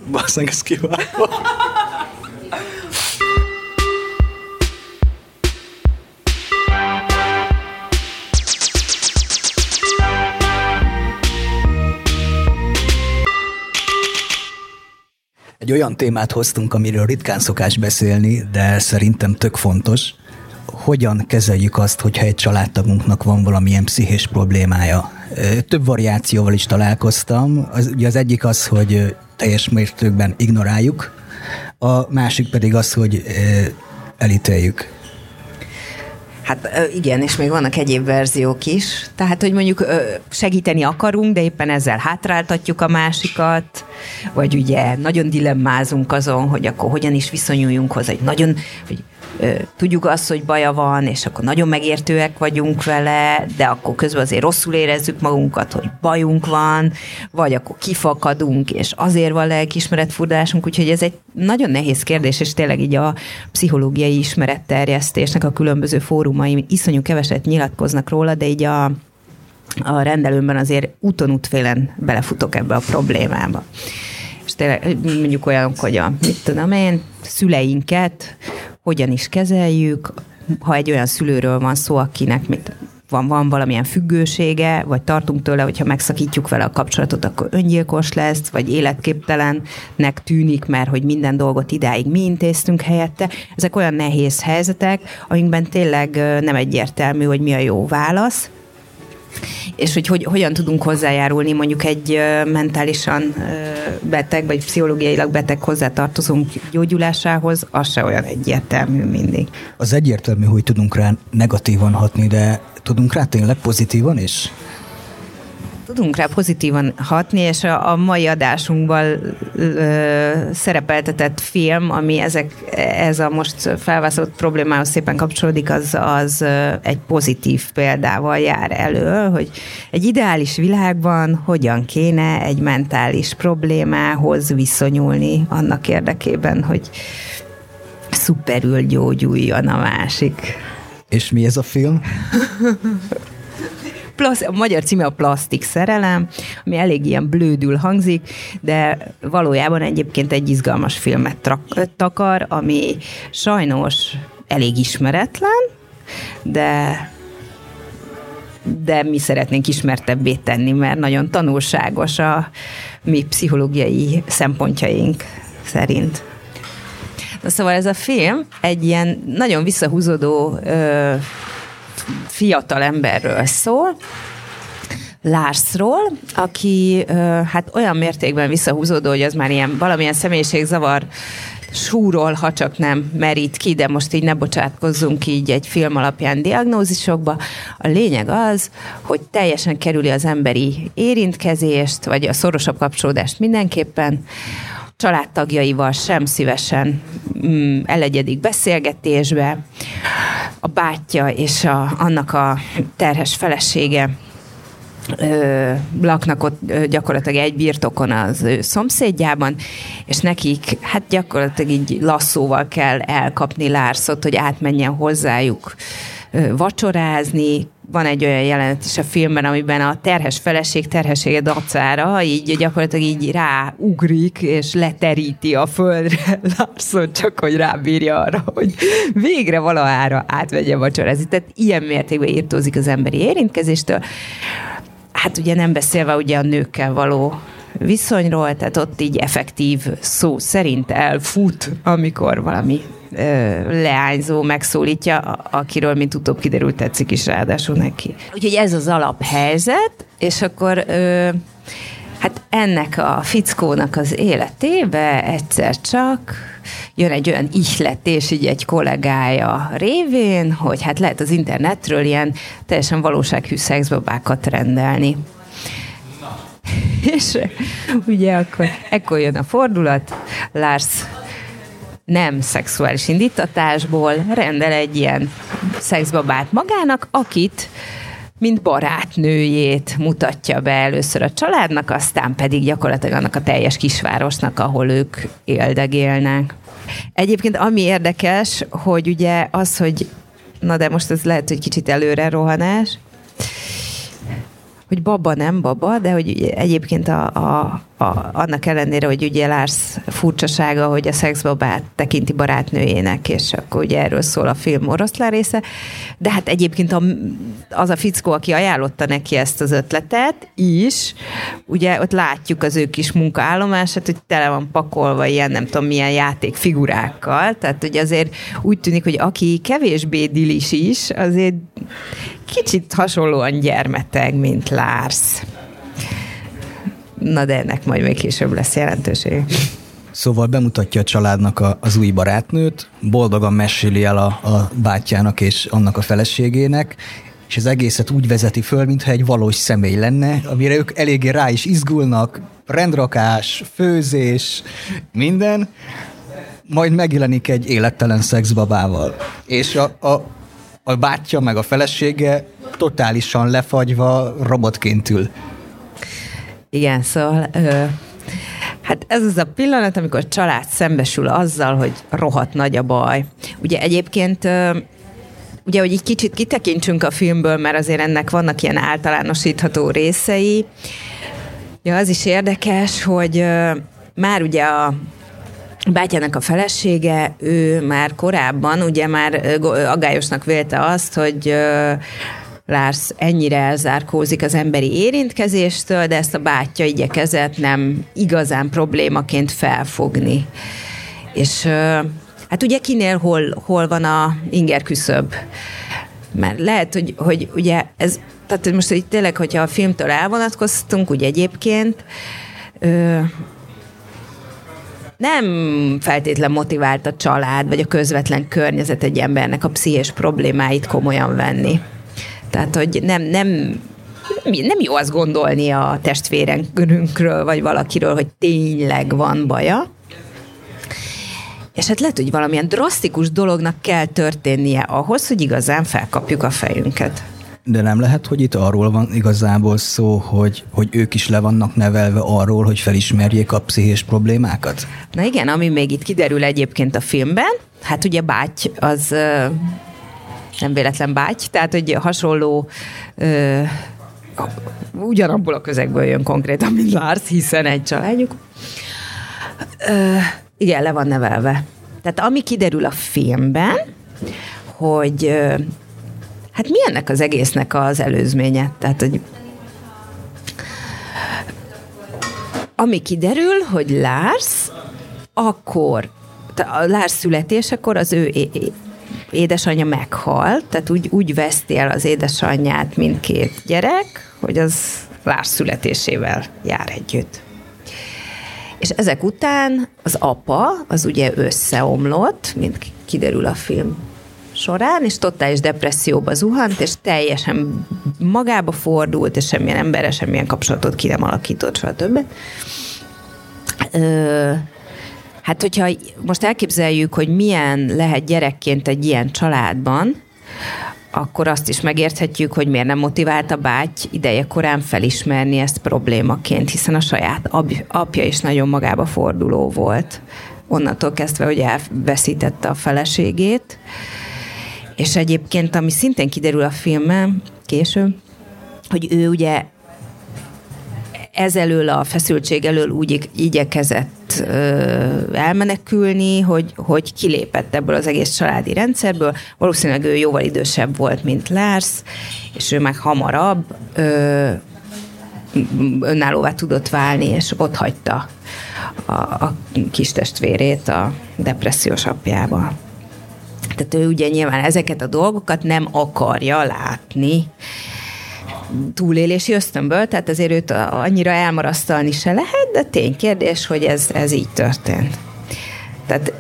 Basszánk, ez kivágva. Egy olyan témát hoztunk, amiről ritkán szokás beszélni, de szerintem tök fontos. Hogyan kezeljük azt, hogyha egy családtagunknak van valamilyen pszichés problémája? Több variációval is találkoztam. Ugye az egyik az, hogy teljes mértékben ignoráljuk, a másik pedig az, hogy elítéljük. Hát igen, és még vannak egyéb verziók is. Tehát, hogy mondjuk segíteni akarunk, de éppen ezzel hátráltatjuk a másikat, vagy ugye nagyon dilemmázunk azon, hogy akkor hogyan is viszonyuljunk hozzá, hogy tudjuk azt, hogy baja van, és akkor nagyon megértőek vagyunk vele, de akkor közben azért rosszul érezzük magunkat, hogy bajunk van, vagy akkor kifakadunk, és azért van lelkiismeretfurdalásunk, úgyhogy ez egy nagyon nehéz kérdés, és tényleg így a pszichológiai ismeretterjesztésnek a különböző fórumai iszonyú keveset nyilatkoznak róla, de így a rendelőmben azért úton-útfélen belefutok ebbe a problémába. És tényleg mondjuk olyanok, hogy szüleinket hogyan is kezeljük, ha egy olyan szülőről van szó, akinek van valamilyen függősége, vagy tartunk tőle, hogyha megszakítjuk vele a kapcsolatot, akkor öngyilkos lesz, vagy életképtelennek tűnik, mert hogy minden dolgot idáig mi intéztünk helyette. Ezek olyan nehéz helyzetek, amikben tényleg nem egyértelmű, hogy mi a jó válasz, és hogy hogyan tudunk hozzájárulni mondjuk egy mentálisan beteg, vagy pszichológiailag beteg hozzátartozónk gyógyulásához, az se olyan egyértelmű mindig. Az egyértelmű, hogy tudunk rá negatívan hatni, de tudunk rá tényleg pozitívan is? Tudunk rá pozitívan hatni, és a mai adásunkban szerepeltetett film, ami ez a most felvázolt problémához szépen kapcsolódik, az egy pozitív példával jár elő, hogy egy ideális világban hogyan kéne egy mentális problémához viszonyulni annak érdekében, hogy szuperül gyógyuljon a másik. És mi ez a film? A magyar címe a Plastik szerelem, ami elég ilyen blődül hangzik, de valójában egyébként egy izgalmas filmet takar, ami sajnos elég ismeretlen, de mi szeretnénk ismertebbé tenni, mert nagyon tanulságos a mi pszichológiai szempontjaink szerint. Na szóval ez a film egy ilyen nagyon visszahúzódó fiatal emberről szól, Larsról, aki hát olyan mértékben visszahúzódó, hogy az már ilyen valamilyen személyiségzavar súrol, ha csak nem merít ki, de most így ne bocsátkozzunk így egy film alapján diagnózisokba. A lényeg az, hogy teljesen kerüli az emberi érintkezést, vagy a szorosabb kapcsolódást mindenképpen, családtagjaival sem szívesen elegyedik beszélgetésbe. A bátyja és annak a terhes felesége laknak ott gyakorlatilag egy birtokon az ő szomszédjában, és nekik hát gyakorlatilag így lasszóval kell elkapni Larsot, hogy átmenjen hozzájuk vacsorázni. Van egy olyan jelenet is a filmben, amiben a terhes feleség terhessége dacára így gyakorlatilag így ráugrik, és leteríti a földre Larson, csak hogy rábírja arra, hogy végre valahára átvegye vacsorázni. Tehát ilyen mértékben írtózik az emberi érintkezéstől. Hát ugye nem beszélve ugye a nőkkel való viszonyról, tehát ott így effektív szó szerint elfut, amikor valami leányzó megszólítja, akiről, mint utóbb kiderült, tetszik is ráadásul neki. Úgyhogy ez az alaphelyzet, és akkor hát ennek a fickónak az életébe egyszer csak jön egy olyan ihletés így egy kollégája révén, hogy hát lehet az internetről ilyen teljesen valósághű szexbabákat rendelni. És ugye ekkor jön a fordulat, Lars nem szexuális indítatásból rendel egy ilyen szexbabát magának, akit mint barátnőjét mutatja be először a családnak, aztán pedig gyakorlatilag annak a teljes kisvárosnak, ahol ők éldegélnek. Egyébként ami érdekes, hogy ugye az, hogy na de most ez lehet, hogy kicsit előre rohanás, hogy baba nem baba, de hogy egyébként annak ellenére, hogy ugye Lars furcsasága, hogy a szexbabát tekinti barátnőjének, és akkor ugye erről szól a film oroszlán része, de hát egyébként az a fickó, aki ajánlotta neki ezt az ötletet is, ugye ott látjuk az ő kis munkaállomását, hogy tele van pakolva ilyen nem tudom milyen játékfigurákkal, tehát ugye azért úgy tűnik, hogy aki kevésbé dilis is, azért kicsit hasonlóan gyermeteg, mint Lars. Na de ennek majd még később lesz jelentőség. Szóval bemutatja a családnak az új barátnőt, boldogan meséli el a bátyjának és annak a feleségének, és az egészet úgy vezeti föl, mintha egy valós személy lenne, amire ők eléggé rá is izgulnak, rendrakás, főzés, minden, majd megjelenik egy élettelen szexbabával. És a bátyja meg a felesége totálisan lefagyva robotként ül. Igen, szóval hát ez az a pillanat, amikor a család szembesül azzal, hogy rohadt nagy a baj. Ugye egyébként, ugye, hogy így kicsit kitekintsünk a filmből, mert azért ennek vannak ilyen általánosítható részei. Ja, az is érdekes, hogy már ugye a bátyának a felesége, ő már korábban ugye már aggályosnak vélte azt, hogy Lars ennyire elzárkózik az emberi érintkezéstől, de ezt a bátyja igyekezett nem igazán problémaként felfogni. És hát ugye kinél hol van a inger küszöb? Mert lehet, hogy ugye ez, tehát most így tényleg, hogyha a filmtől elvonatkoztunk, úgy egyébként nem feltétlen motivált a család, vagy a közvetlen környezet egy embernek a pszichés problémáit komolyan venni. Tehát, hogy nem jó azt gondolni a testvérünkről, vagy valakiről, hogy tényleg van baja. És hát lehet, hogy valamilyen drasztikus dolognak kell történnie ahhoz, hogy igazán felkapjuk a fejünket. De nem lehet, hogy itt arról van igazából szó, hogy ők is le vannak nevelve arról, hogy felismerjék a pszichés problémákat? Na igen, ami még itt kiderül egyébként a filmben, hát ugye báty az nem véletlen báty, tehát hogy hasonló ugyanabból a közegből jön konkrétan, mint Lars, hiszen egy családjuk. Igen, le van nevelve. Tehát ami kiderül a filmben, hogy hát mi ennek az egésznek az előzménye? Tehát, hogy ami kiderül, hogy Lars akkor, a Lars születésekor az ő édesanyja meghalt, tehát úgy veszti el az édesanyját mindkét gyerek, hogy az Lars születésével jár együtt. És ezek után az apa, az ugye összeomlott, mint kiderül a film során, és totális depresszióba zuhant, és teljesen magába fordult, és semmilyen emberre, semmilyen kapcsolatot ki nem alakított, stb. Hát, hogyha most elképzeljük, hogy milyen lehet gyerekként egy ilyen családban, akkor azt is megérthetjük, hogy miért nem motivált a báty ideje korán felismerni ezt problémaként, hiszen a saját apja is nagyon magába forduló volt. Onnantól kezdve, hogy elveszítette a feleségét. És egyébként, ami szintén kiderül a filmben később, hogy ő ugye ezelől a feszültség elől úgy igyekezett elmenekülni, hogy kilépett ebből az egész családi rendszerből. Valószínűleg ő jóval idősebb volt, mint Lars, és ő meg hamarabb önállóvá tudott válni, és ott hagyta a kis testvérét a depressziós apjába. Tehát ő ugye nyilván ezeket a dolgokat nem akarja látni túlélési ösztönből, tehát azért őt annyira elmarasztalni se lehet, de ténykérdés, hogy ez így történt. Tehát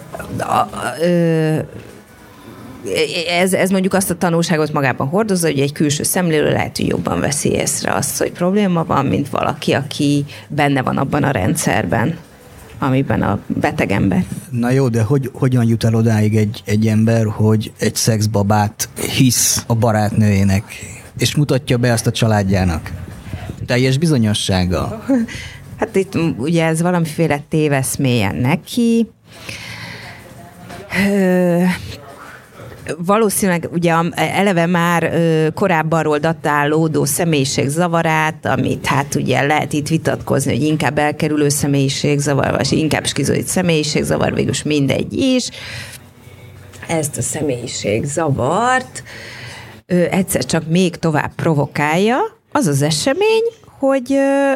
ez mondjuk azt a tanulságot magában hordozza, hogy egy külső szemlélő lehet, hogy jobban veszi észre azt, hogy probléma van, mint valaki, aki benne van abban a rendszerben, amiben a beteg ember. Na jó, de hogyan jut el odáig egy ember, hogy egy szexbabát hisz a barátnőjének, és mutatja be azt a családjának? Teljes bizonyossággal. Hát itt ugye ez valamiféle téveszmélyen neki. valószínűleg ugye eleve már korábbanról datálódó személyiségzavarát, amit hát ugye lehet itt vitatkozni, hogy inkább elkerülő személyiségzavar, vagy inkább skizoid személyiségzavar, végülis mindegy is. Ezt a személyiségzavart egyszer csak még tovább provokálja az az esemény, hogy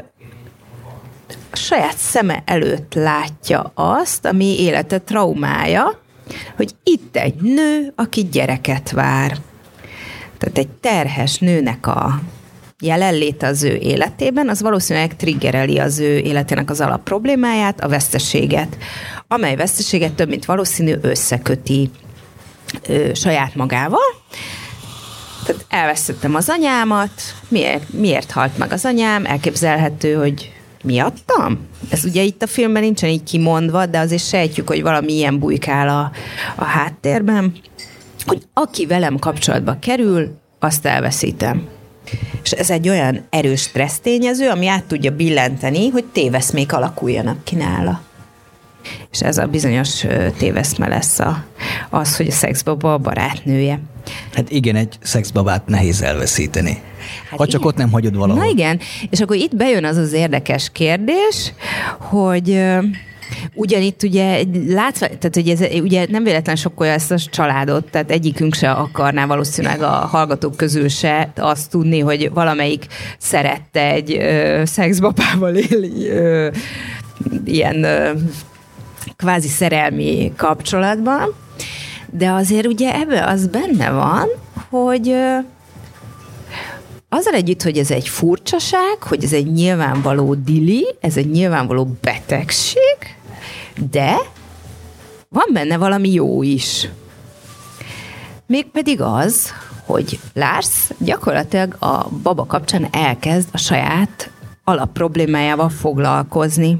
a saját szeme előtt látja azt, ami élete traumája, hogy itt egy nő, aki gyereket vár. Tehát egy terhes nőnek a jelenléte az ő életében, az valószínűleg triggereli az ő életének az alapproblémáját, a veszteséget, amely veszteséget több mint valószínű összeköti saját magával. Tehát elvesztettem az anyámat, miért halt meg az anyám, elképzelhető, hogy miattam? Ez ugye itt a filmben nincsen így kimondva, de azért sejtjük, hogy valami ilyen bujkál a háttérben, hogy aki velem kapcsolatba kerül, azt elveszítem. És ez egy olyan erős stressztényező, ami át tudja billenteni, hogy téveszmék alakuljanak ki nála. És ez a bizonyos téveszme lesz az, hogy a szexbaba a barátnője. Hát igen, egy szexbabát nehéz elveszíteni. Hát ha csak igen. Ott nem hagyod valahol. Na igen, és akkor itt bejön az az érdekes kérdés, hogy ugyanitt ugye látva, tehát ugye, ez, ugye nem véletlen sokkolja ezt a családot, tehát egyikünk se akarná valószínűleg a hallgatók közül se azt tudni, hogy valamelyik szerette egy szexbabával élni ilyen kvázi szerelmi kapcsolatban, de azért ugye ebben az benne van, hogy azzal együtt, hogy ez egy furcsaság, hogy ez egy nyilvánvaló dili, ez egy nyilvánvaló betegség, de van benne valami jó is. Mégpedig az, hogy Lars gyakorlatilag a baba kapcsán elkezd a saját alapproblémájával foglalkozni.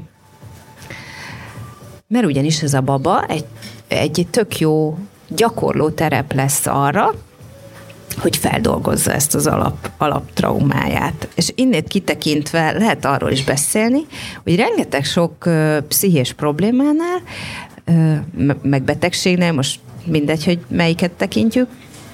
Mert ugyanis ez a baba egy tök jó gyakorló terep lesz arra, hogy feldolgozza ezt az alaptraumáját. És innét kitekintve lehet arról is beszélni, hogy rengeteg sok pszichés problémánál, meg betegségnél, most mindegy, hogy melyiket tekintjük,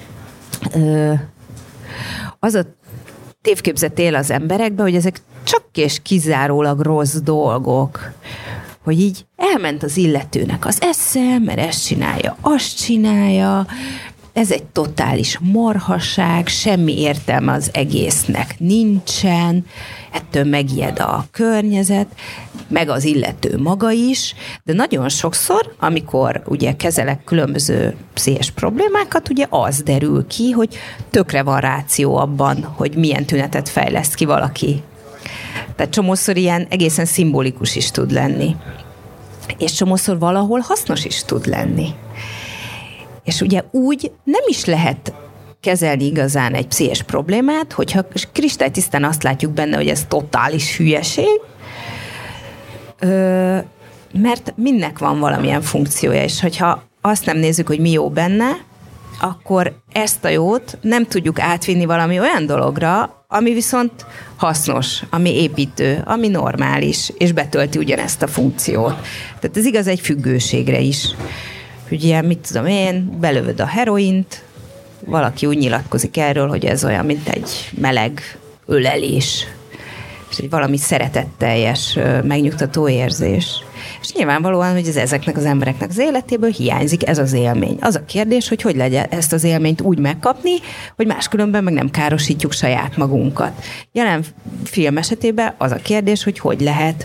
az a tévképzet él az emberekben, hogy ezek csak és kizárólag rossz dolgok. Hogy így elment az illetőnek az esze, mert ezt csinálja, azt csinálja, ez egy totális marhaság, semmi értelme az egésznek nincsen, ettől megijed a környezet, meg az illető maga is, de nagyon sokszor, amikor ugye kezelek különböző pszichés problémákat, ugye az derül ki, hogy tökre van ráció abban, hogy milyen tünetet fejleszt ki valaki. Tehát csomószor ilyen egészen szimbolikus is tud lenni. És csomószor valahol hasznos is tud lenni. És ugye úgy nem is lehet kezelni igazán egy pszichés problémát, hogyha kristálytisztán azt látjuk benne, hogy ez totális hülyeség, mert mindnek van valamilyen funkciója, és hogyha azt nem nézzük, hogy mi jó benne, akkor ezt a jót nem tudjuk átvinni valami olyan dologra, ami viszont hasznos, ami építő, ami normális, és betölti ugyanezt a funkciót. Tehát ez igaz egy függőségre is. Ugye, mit tudom én, belövöd a heroint, valaki úgy nyilatkozik erről, hogy ez olyan, mint egy meleg ölelés, és egy valami szeretetteljes, megnyugtató érzés. És nyilvánvalóan, hogy ez ezeknek az embereknek az életéből hiányzik ez az élmény. Az a kérdés, hogy legyen ezt az élményt úgy megkapni, hogy máskülönben meg nem károsítjuk saját magunkat. Jelen film esetében az a kérdés, hogy lehet,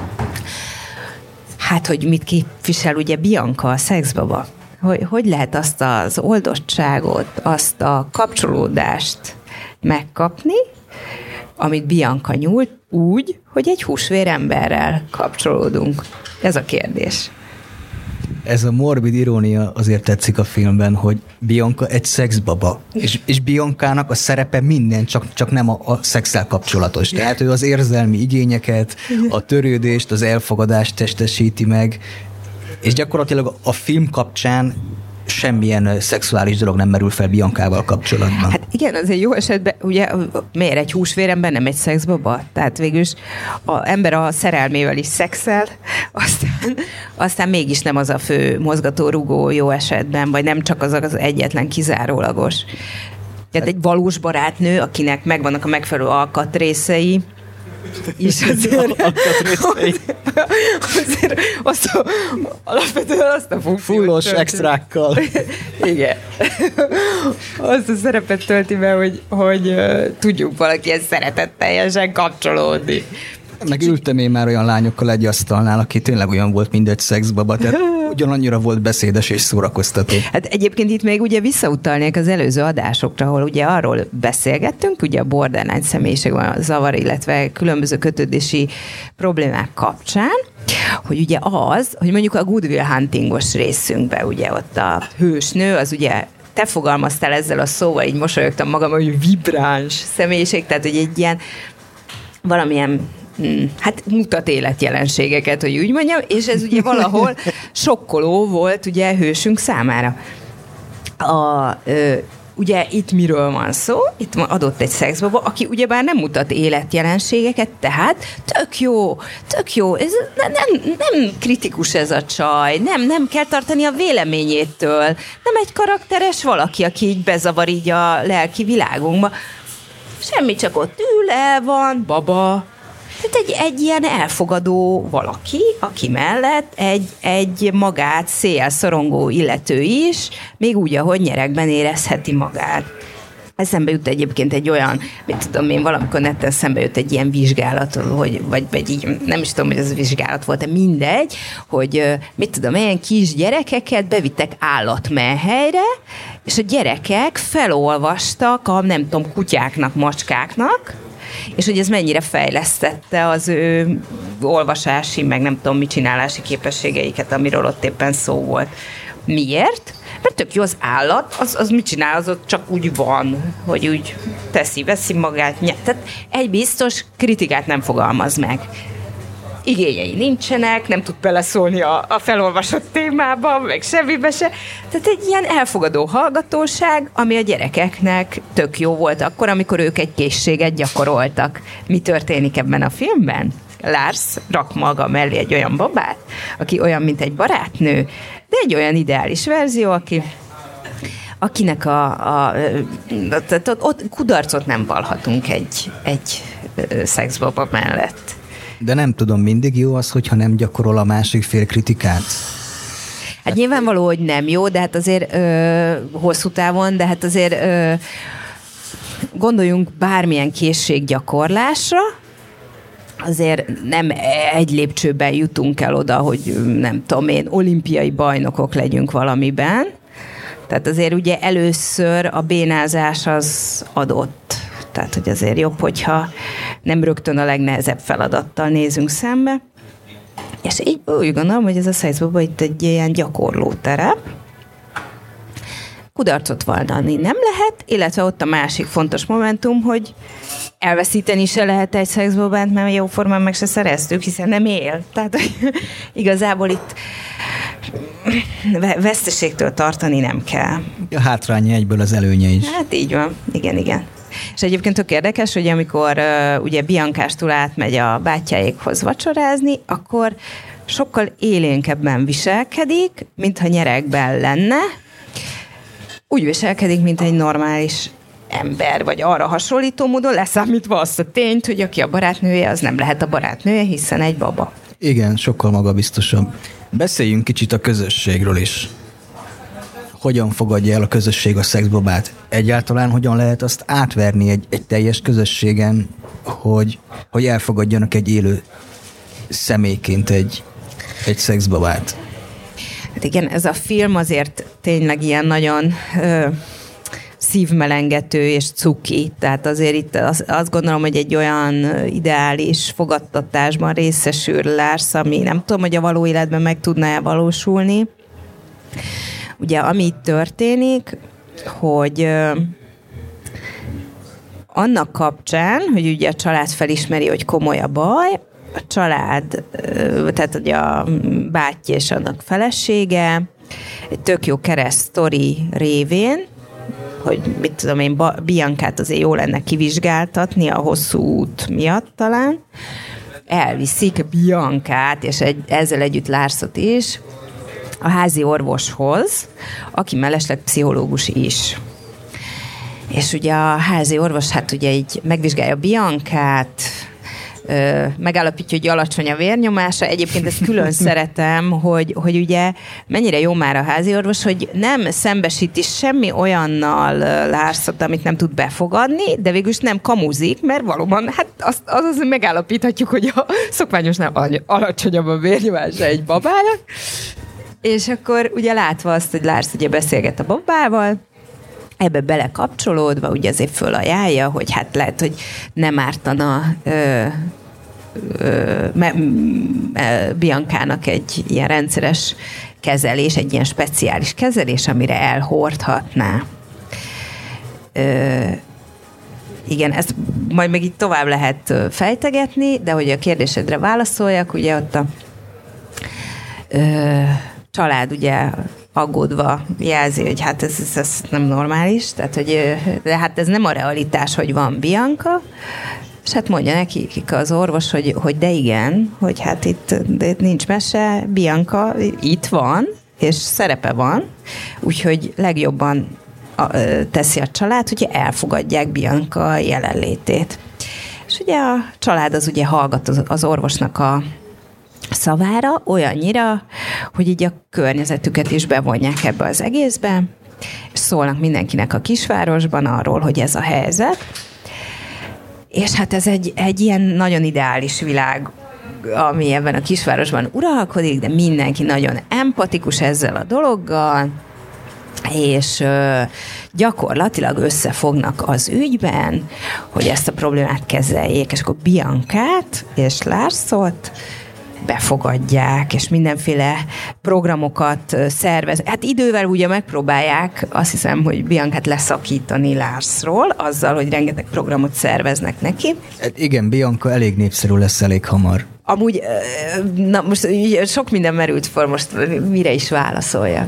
hát, hogy mit képvisel ugye Bianca, a szexbaba. Hogy lehet azt az oldottságot, azt a kapcsolódást megkapni, amit Bianca nyújt, úgy, hogy egy húsvér emberrel kapcsolódunk. Ez a kérdés. Ez a morbid irónia azért tetszik a filmben, hogy Bianca egy szexbaba, és Biancának a szerepe minden, csak nem a szexszel kapcsolatos. Tehát ő az érzelmi igényeket, a törődést, az elfogadást testesíti meg, és gyakorlatilag a film kapcsán semmilyen szexuális dolog nem merül fel Biancával kapcsolatban. Hát igen, azért jó esetben, ugye miért egy húsvérember nem egy aztán mégis nem az a fő mozgatórugó jó esetben, vagy nem csak az egyetlen kizárólagos. Tehát egy valós barátnő, akinek megvannak a megfelelő alkatrészei, és azért alapvetően azt a funkciót fullos extrákkal. Igen. Azt a szerepet tölti be, hogy tudjuk valakihez szeretetteljesen kapcsolódni. Meg ültem én már olyan lányokkal egy asztalnál, aki tényleg olyan volt, mint egy szexbaba, tehát ugyanannyira volt beszédes és szórakoztató. Hát egyébként itt még ugye visszautalnék az előző adásokra, ahol ugye arról beszélgettünk, ugye a borderline személyiség zavar, illetve különböző kötődési problémák kapcsán, hogy ugye az, hogy mondjuk a Good Will Huntingos részünkben ugye ott a hősnő, az ugye te fogalmaztál ezzel a szóval, így mosolyogtam magam, hogy vibráns személyiség, tehát hogy egy ilyen valamilyen hát mutat életjelenségeket, hogy úgy mondjam, és ez ugye valahol sokkoló volt ugye hősünk számára. Ugye itt miről van szó? Itt adott egy szexbaba, aki ugyebár nem mutat életjelenségeket, tehát tök jó, ez nem kritikus ez a csaj, nem kell tartani a véleményétől, nem egy karakteres valaki, aki így bezavar így a lelki világunkba. Semmi, csak ott ül, el van, baba. Tehát egy ilyen elfogadó valaki, aki mellett egy magát szorongó illető is, még úgy, ahogy nyeregben érezheti magát. Eszembe jut egyébként egy olyan, mit tudom én, valamikor netten szembe jött egy ilyen vizsgálat, vagy így, nem is tudom, hogy ez a vizsgálat volt, de mindegy, hogy mit tudom, ilyen kis gyerekeket bevittek állatmenhelyre, és a gyerekek felolvastak a, nem tudom, kutyáknak, macskáknak, és hogy ez mennyire fejlesztette az ő olvasási, meg nem tudom, mit csinálási képességeiket, amiről ott éppen szó volt. Miért? Mert tök jó az állat, az mit csinál, az ott csak úgy van, hogy úgy veszi magát. Tehát egy biztos kritikát nem fogalmaz meg. Igényei nincsenek, nem tud beleszólni a felolvasott témába, meg semmibe se. Tehát egy ilyen elfogadó hallgatóság, ami a gyerekeknek tök jó volt akkor, amikor ők egy készséget gyakoroltak. Mi történik ebben a filmben? Lars rak maga mellé egy olyan babát, aki olyan, mint egy barátnő, de egy olyan ideális verzió, akinek ott kudarcot nem vallhatunk egy szexbaba mellett. De nem tudom, mindig jó az, hogyha nem gyakorol a másik fél kritikát? Hát nyilvánvaló, hogy nem jó, de hát azért hosszú távon, de hát azért gondoljunk bármilyen készséggyakorlásra, azért nem egy lépcsőben jutunk el oda, hogy nem tudom én, olimpiai bajnokok legyünk valamiben. Tehát azért ugye először a bénázás az adott. Tehát, hogy azért jobb, hogyha nem rögtön a legnehezebb feladattal nézünk szembe. És így úgy gondolom, hogy ez a szexbaba itt egy ilyen gyakorlóterep. Kudarcot vallani nem lehet, illetve ott a másik fontos momentum, hogy elveszíteni se lehet egy szexbabát, mert jóformán meg se szereztük, hiszen nem él. Tehát igazából itt veszteségtől tartani nem kell. A hátránya egyből az előnye is. Hát így van, igen. És egyébként tök érdekes, hogy amikor ugye Biancástól átmegy a bátyjáékhoz vacsorázni, akkor sokkal élénkebben viselkedik, mintha nyeregben lenne. Úgy viselkedik, mint egy normális ember, vagy arra hasonlító módon, leszámítva azt a tényt, hogy aki a barátnője, az nem lehet a barátnője, hiszen egy baba. Igen, sokkal magabiztosabb. Beszéljünk kicsit a közösségről is. Hogyan fogadja el a közösség a szexbabát? Egyáltalán hogyan lehet azt átverni egy teljes közösségen, hogy elfogadjanak egy élő személyként egy szexbabát? Hát igen, ez a film azért tényleg ilyen nagyon szívmelengető és cuki, tehát azért itt azt gondolom, hogy egy olyan ideális fogadtatásban részesül Lars, ami nem tudom, hogy a való életben meg tudna-e valósulni. Ugye, ami itt történik, hogy annak kapcsán, hogy ugye a család felismeri, hogy komoly a baj, a család, tehát ugye a bátyja és annak felesége, egy tök jó keresztsztori révén, hogy mit tudom én, Biancát azért jó lenne kivizsgáltatni a hosszú út miatt talán, elviszik Biancát, és ezzel együtt Larsot is a házi orvoshoz, aki mellesleg pszichológus is. És ugye a házi orvos hát ugye így megvizsgálja Biancát, megállapítja, hogy alacsony a vérnyomása. Egyébként ezt külön szeretem, hogy ugye mennyire jó már a háziorvos, hogy nem szembesíti semmi olyannal Larsot, amit nem tud befogadni, de végülis nem kamuzik, mert valóban hát az megállapíthatjuk, hogy a szokványosnál alacsonyabb a vérnyomása egy babának. És akkor ugye látva azt, hogy Lars ugye beszélget a babával, ebbe belekapcsolódva, ugye azért fölajánlja, hogy hát lehet, hogy nem ártana Biancának egy ilyen rendszeres kezelés, egy ilyen speciális kezelés, amire elhordhatná. Igen, ezt majd még itt tovább lehet fejtegetni, de hogy a kérdésedre válaszoljak, ugye ott a család ugye aggódva jelzi, hogy hát ez nem normális, tehát hogy de hát ez nem a realitás, hogy van Bianca, és hát mondja nekik az orvos, hogy de igen, hogy hát itt nincs mese, Bianca itt van, és szerepe van, úgyhogy legjobban teszi a család, hogy elfogadják Bianca jelenlétét. És ugye a család az ugye hallgat az orvosnak a szavára olyannyira, hogy így a környezetüket is bevonják ebbe az egészbe, és szólnak mindenkinek a kisvárosban arról, hogy ez a helyzet. És hát ez egy ilyen nagyon ideális világ, ami ebben a kisvárosban uralkodik, de mindenki nagyon empatikus ezzel a dologgal, és gyakorlatilag összefognak az ügyben, hogy ezt a problémát kezeljék, és akkor Biancát és Larsot befogadják, és mindenféle programokat szervez. Hát idővel ugye megpróbálják, azt hiszem, hogy Biancát leszakítani Larsról, azzal, hogy rengeteg programot szerveznek neki. Hát igen, Bianca elég népszerű lesz elég hamar. Amúgy, na most sok minden merült fel, most mire is válaszolja.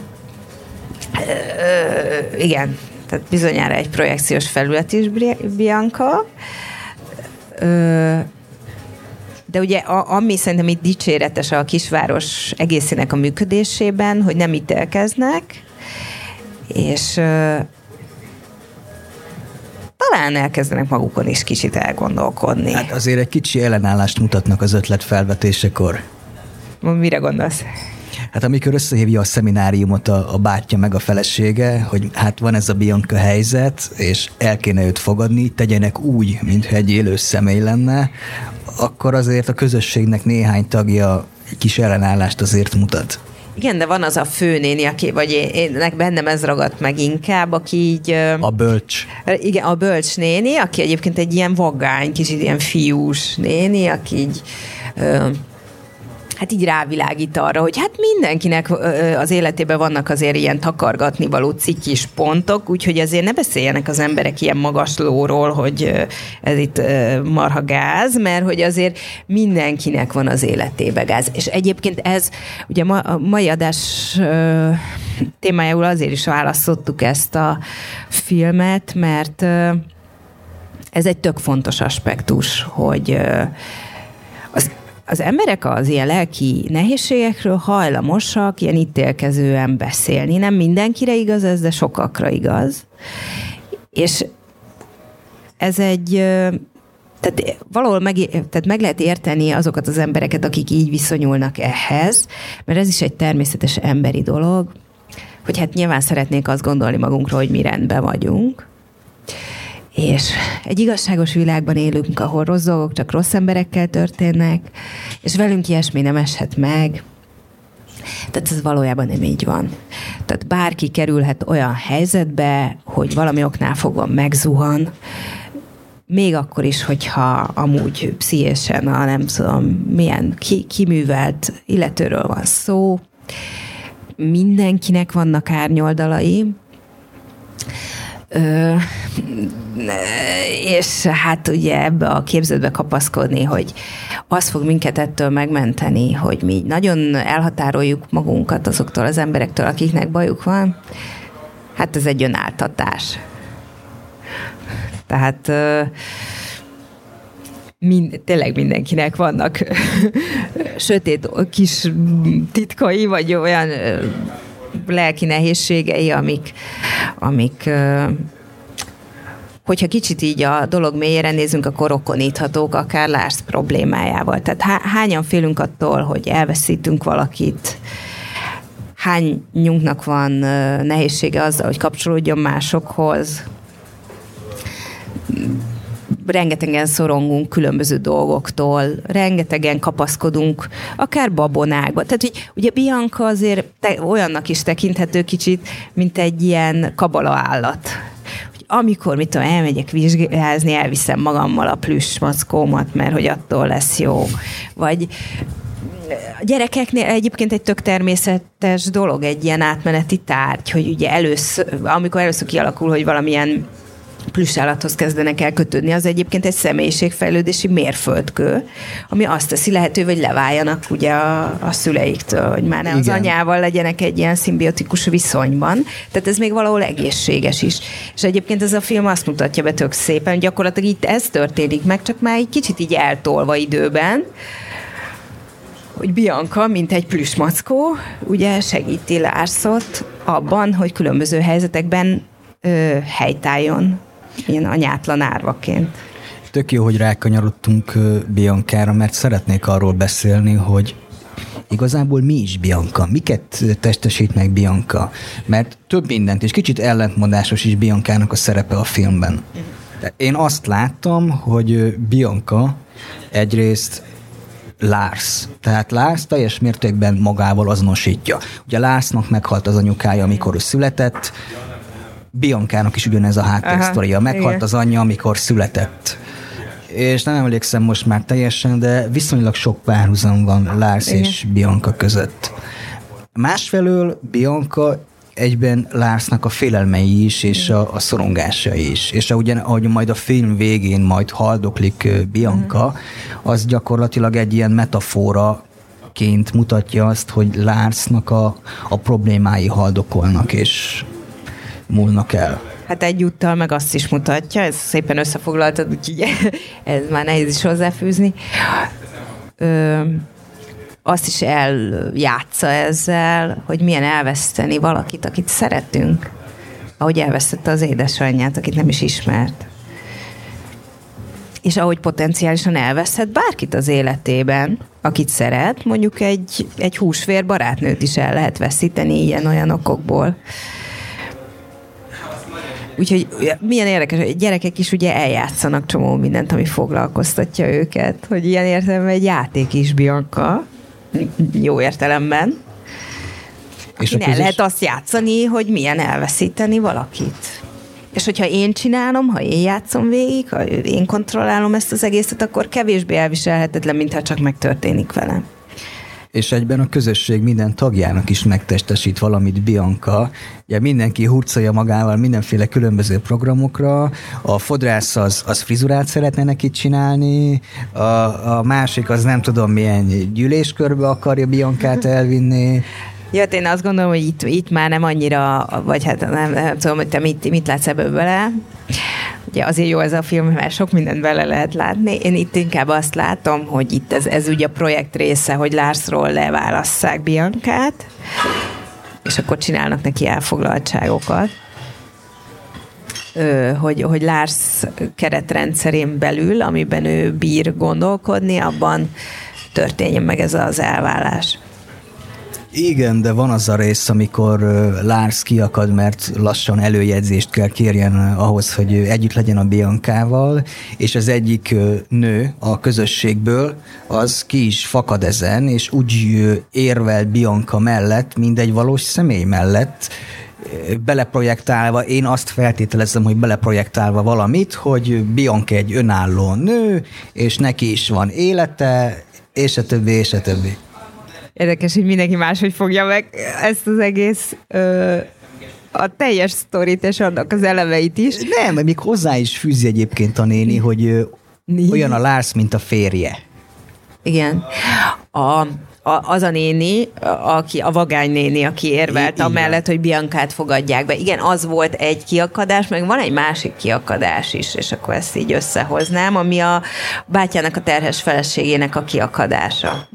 Igen, tehát bizonyára egy projekciós felület is Bianca. De ugye ami szerintem itt dicséretes a kisváros egészének a működésében, hogy nem ítélkeznek, és talán elkezdenek magukon is kicsit elgondolkodni. Hát azért egy kicsi ellenállást mutatnak az ötlet felvetésekor. Mire gondolsz? Hát amikor összehívja a szemináriumot a bátyja meg a felesége, hogy hát van ez a Bianca helyzet, és el kéne őt fogadni, tegyenek úgy, mintha egy élő személy lenne, akkor azért a közösségnek néhány tagja egy kis ellenállást azért mutat. Igen, de van az a főnéni, aki, vagy én bennem ez ragadt meg inkább, aki így... A bölcs. Igen, a bölcs néni, aki egyébként egy ilyen vagány, kicsit ilyen fiús néni, aki így... hát így rávilágít arra, hogy hát mindenkinek az életében vannak azért ilyen takargatnivaló cikkis pontok, úgyhogy azért ne beszéljenek az emberek ilyen magaslóról, hogy ez itt marha gáz, mert hogy azért mindenkinek van az életében gáz. És egyébként ez, ugye a mai adás témájául azért is választottuk ezt a filmet, mert ez egy tök fontos aspektus, hogy az emberek az ilyen lelki nehézségekről hajlamosak ilyen ítélkezően beszélni. Nem mindenkire igaz ez, de sokakra igaz. És ez egy... Tehát valahol meg lehet érteni azokat az embereket, akik így viszonyulnak ehhez, mert ez is egy természetes emberi dolog, hogy hát nyilván szeretnék azt gondolni magunkról, hogy mi rendben vagyunk, és egy igazságos világban élünk, ahol rossz dolgok csak rossz emberekkel történnek, és velünk ilyesmi nem eshet meg. Tehát ez valójában nem így van. Tehát bárki kerülhet olyan helyzetbe, hogy valami oknál fogva megzuhan, még akkor is, hogyha amúgy pszichésen, nem tudom, milyen kiművelt illetőről van szó. Mindenkinek vannak árnyoldalai, és hát ugye ebbe a képzetbe kapaszkodni, hogy az fog minket ettől megmenteni, hogy mi nagyon elhatároljuk magunkat azoktól az emberektől, akiknek bajuk van, hát ez egy önáltatás. Tehát tényleg mindenkinek vannak sötét kis titkai, vagy olyan lelki nehézségei, amik hogyha kicsit így a dolog mélyére nézünk, akkor rokoníthatók akár Lars problémájával. Tehát hányan félünk attól, hogy elveszítünk valakit, hányunknak van nehézsége azzal, hogy kapcsolódjon másokhoz. Rengetegen szorongunk különböző dolgoktól, rengetegen kapaszkodunk, akár babonákba. Tehát ugye Bianca azért olyannak is tekinthető kicsit, mint egy ilyen kabala állat. Amikor, mit tudom, elmegyek vizsgázni, elviszem magammal a plüss mackómat, mert hogy attól lesz jó. Vagy a gyerekeknél egyébként egy tök természetes dolog, egy ilyen átmeneti tárgy, hogy ugye amikor először kialakul, hogy valamilyen plüssállathoz kezdenek el kötődni, az egyébként egy személyiségfejlődési mérföldkő, ami azt teszi lehetővé, hogy leváljanak ugye a szüleiktől, hogy már ne az anyával legyenek egy ilyen szimbiotikus viszonyban. Tehát ez még valahol egészséges is. És egyébként ez a film azt mutatja be tök szépen, gyakorlatilag itt ez történik meg, csak már egy kicsit így eltolva időben, hogy Bianca, mint egy plüssmackó, ugye segíti Larsot abban, hogy különböző helyzetekben helytálljon, ilyen anyátlan árvaként. Tök jó, hogy rákanyarodtunk Biancára, mert szeretnék arról beszélni, hogy igazából mi is Bianca? Miket testesít meg Bianca? Mert több mindent, és kicsit ellentmondásos is Biancának a szerepe a filmben. Én azt láttam, hogy Bianca egyrészt Lars. Tehát Lars teljes mértékben magával azonosítja. Ugye Larsnak meghalt az anyukája, amikor ő született, Biancának is ugyanez a háttérsztoria. Meghalt igen. Az anyja, amikor született. És nem emlékszem most már teljesen, de viszonylag sok párhuzam van Lars igen. és Bianca között. Másfelől Bianca egyben Larsnak a félelmei is, és a szorongásai is. És ahogy majd a film végén majd haldoklik Bianca, az gyakorlatilag egy ilyen metaforaként mutatja azt, hogy Larsnak a problémái haldokolnak, és múlnak el. Hát egyúttal meg azt is mutatja, ez szépen összefoglaltad, úgyhogy ez már nehéz is hozzáfűzni. Azt is eljátsza ezzel, hogy milyen elveszteni valakit, akit szeretünk, ahogy elvesztette az édesanyját, akit nem is ismert. És ahogy potenciálisan elveszhet bárkit az életében, akit szeret, mondjuk egy húsvér barátnőt is el lehet veszíteni ilyen-olyan okokból. Úgyhogy milyen érdekes, hogy gyerekek is ugye eljátszanak csomó mindent, ami foglalkoztatja őket, hogy ilyen értelemben egy játék is Bianca, jó értelemben. És el lehet azt játszani, hogy milyen elveszíteni valakit. És hogyha én csinálom, ha én játszom végig, ha én kontrollálom ezt az egészet, akkor kevésbé elviselhetetlen, mintha csak megtörténik velem. És egyben a közösség minden tagjának is megtestesít valamit Bianca. Ugye mindenki hurcolja magával mindenféle különböző programokra, a fodrász az frizurát szeretne neki csinálni, a másik az nem tudom milyen gyűléskörbe akarja Biancát elvinni. Ja, én azt gondolom, hogy itt már nem annyira, vagy hát nem tudom, hogy te mit látsz ebből bele. Ugye azért jó ez a film, mert sok mindent bele lehet látni. Én itt inkább azt látom, hogy itt ez ugye a projekt része, hogy Larsról leválasszák Biancát, és akkor csinálnak neki elfoglaltságokat. Hogy Lars keretrendszerén belül, amiben ő bír gondolkodni, abban történjen meg ez az elválás. Igen, de van az a rész, amikor Lars kiakad, mert lassan előjegyzést kell kérjen ahhoz, hogy együtt legyen a Biancával, és az egyik nő a közösségből, az ki is fakad ezen, és úgy érvel Bianca mellett, mint egy valós személy mellett, beleprojektálva, én azt feltételezem, hogy beleprojektálva valamit, hogy Bianca egy önálló nő, és neki is van élete, és a többi, és a többi. Érdekes, hogy mindenki máshogy fogja meg ezt az egész a teljes sztorit, és annak az elemeit is. Nem, még hozzá is fűzi egyébként a néni, hogy olyan a Lars, mint a férje. Igen. az a néni, a vagány néni, aki érvelt amellett, hogy Biancát fogadják be. Igen, az volt egy kiakadás, meg van egy másik kiakadás is, és akkor ezt így összehoznám, ami a bátyjának a terhes feleségének a kiakadása.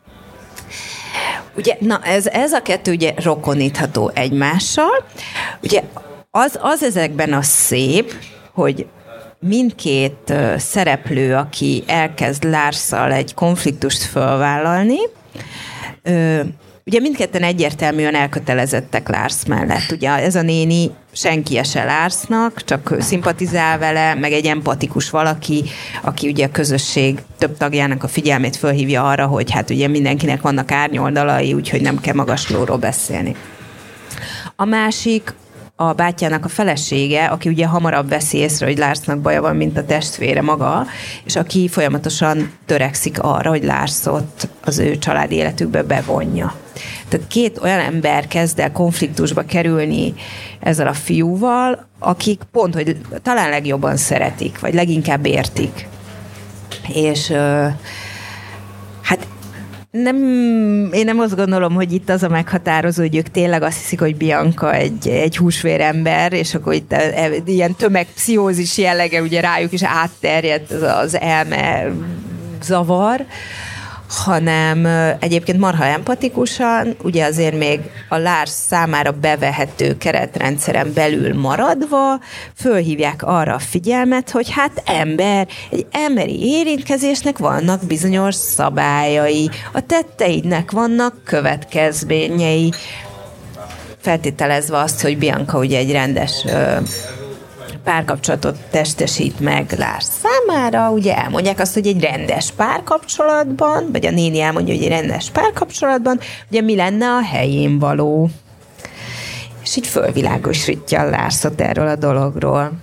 Ugye, na ez a kettő ugye rokonítható egymással. Ugye az ezekben a szép, hogy mindkét szereplő, aki elkezd Larsszal egy konfliktust fölvállalni, ugye mindketten egyértelműen elkötelezettek Lars mellett. Ugye ez a néni senki se Larsnak, csak szimpatizál vele, meg egy empatikus valaki, aki ugye a közösség több tagjának a figyelmét fölhívja arra, hogy hát ugye mindenkinek vannak árnyoldalai, úgyhogy nem kell magaslóról beszélni. A másik, a bátyjának a felesége, aki ugye hamarabb veszi észre, hogy Larsnak baja van, mint a testvére maga, és aki folyamatosan törekszik arra, hogy Larsot az ő családi életükbe bevonja. Tehát két olyan ember kezd el konfliktusba kerülni ezzel a fiúval, akik pont, hogy talán legjobban szeretik, vagy leginkább értik. És hát én nem azt gondolom, hogy itt az a meghatározó, hogy ők tényleg azt hiszik, hogy Bianca egy húsvérember, és akkor itt ilyen tömegpszichózis jellege ugye rájuk is átterjedt az elme zavar, hanem egyébként marha empatikusan, ugye azért még a Lars számára bevehető keretrendszeren belül maradva fölhívják arra a figyelmet, hogy hát egy emberi érintkezésnek vannak bizonyos szabályai, a tetteidnek vannak következményei, feltételezve azt, hogy Bianca ugye egy rendes párkapcsolatot testesít meg Lars számára, ugye elmondják azt, hogy egy rendes párkapcsolatban, vagy a néni elmondja, hogy egy rendes párkapcsolatban, ugye mi lenne a helyén való. És így fölvilágosítja Larsot erről a dologról.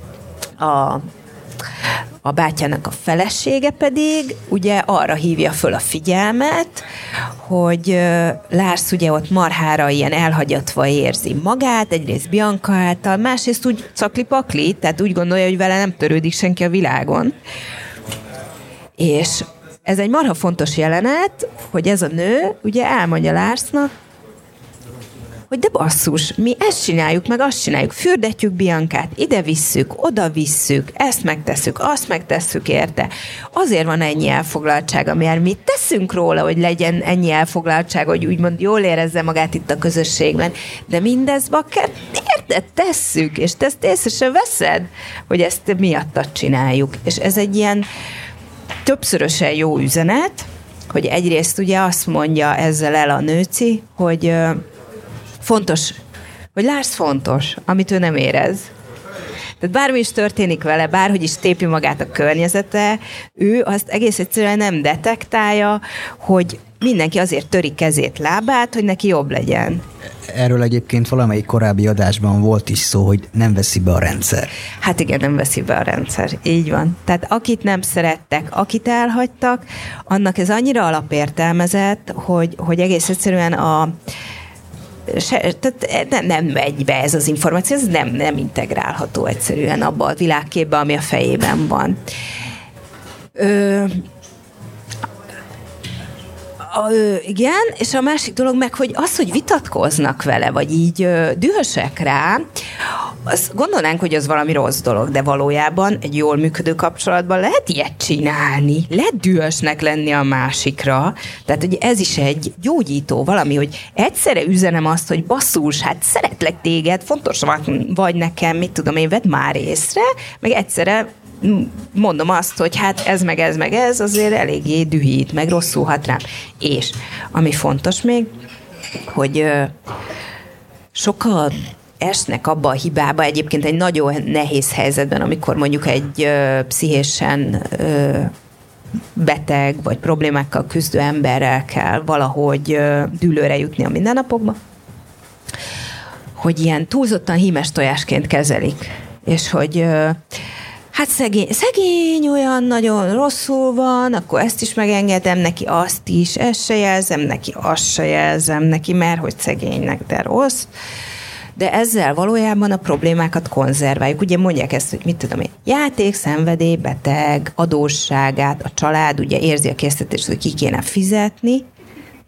A bátyjának a felesége pedig ugye arra hívja föl a figyelmet, hogy Lars ugye ott marhára ilyen elhagyatva érzi magát, egyrészt Bianca által, másrészt úgy cakli-pakli, tehát úgy gondolja, hogy vele nem törődik senki a világon. És ez egy marha fontos jelenet, hogy ez a nő ugye elmondja Larsnak, hogy de basszus, mi ezt csináljuk, meg azt csináljuk, fürdetjük Biancát, ide visszük, oda visszük, ezt megtesszük, azt megtesszük érte. Azért van ennyi elfoglaltsága, mert mi teszünk róla, hogy legyen ennyi elfoglaltság, hogy úgymond jól érezze magát itt a közösségben, de mindez bakker, érted, tesszük, és te ezt észre se veszed, hogy ezt miattad csináljuk. És ez egy ilyen többszörösen jó üzenet, hogy egyrészt ugye azt mondja ezzel el a nőci, hogy fontos, hogy Lars fontos, amit ő nem érez. Tehát bármi is történik vele, bárhogy is tépi magát a környezete, ő azt egész egyszerűen nem detektálja, hogy mindenki azért töri kezét, lábát, hogy neki jobb legyen. Erről egyébként valamelyik korábbi adásban volt is szó, hogy nem veszi be a rendszer. Hát igen, nem veszi be a rendszer. Így van. Tehát akit nem szerettek, akit elhagytak, annak ez annyira alapértelmezett, hogy egész egyszerűen tehát nem megy be ez az információ, ez nem integrálható egyszerűen abba a világképbe, ami a fejében van. Igen, és a másik dolog meg, hogy az, hogy vitatkoznak vele, vagy így dühösek rá, azt gondolnánk, hogy az valami rossz dolog, de valójában egy jól működő kapcsolatban lehet ilyet csinálni, lehet dühösnek lenni a másikra, tehát hogy ez is egy gyógyító valami, hogy egyszerre üzenem azt, hogy basszus, hát szeretlek téged, fontos vagy nekem, mit tudom én, vedd már észre, meg egyszerre mondom azt, hogy hát ez meg ez azért eléggé dühít, meg rosszul hat rám. És ami fontos még, hogy sokan esnek abba a hibába, egyébként egy nagyon nehéz helyzetben, amikor mondjuk egy pszichésen beteg vagy problémákkal küzdő emberrel kell valahogy dűlőre jutni a mindennapokba, hogy ilyen túlzottan hímes tojásként kezelik. És hogy hát szegény olyan nagyon rosszul van, akkor ezt is megengedem neki, azt is, ezt se jelzem neki, azt se jelzem neki, mert hogy szegénynek, de rossz. De ezzel valójában a problémákat konzerváljuk. Ugye mondják ezt, hogy mit tudom én, játék, szenvedély, beteg, adósságát, a család ugye érzi a késztetést, hogy ki kéne fizetni.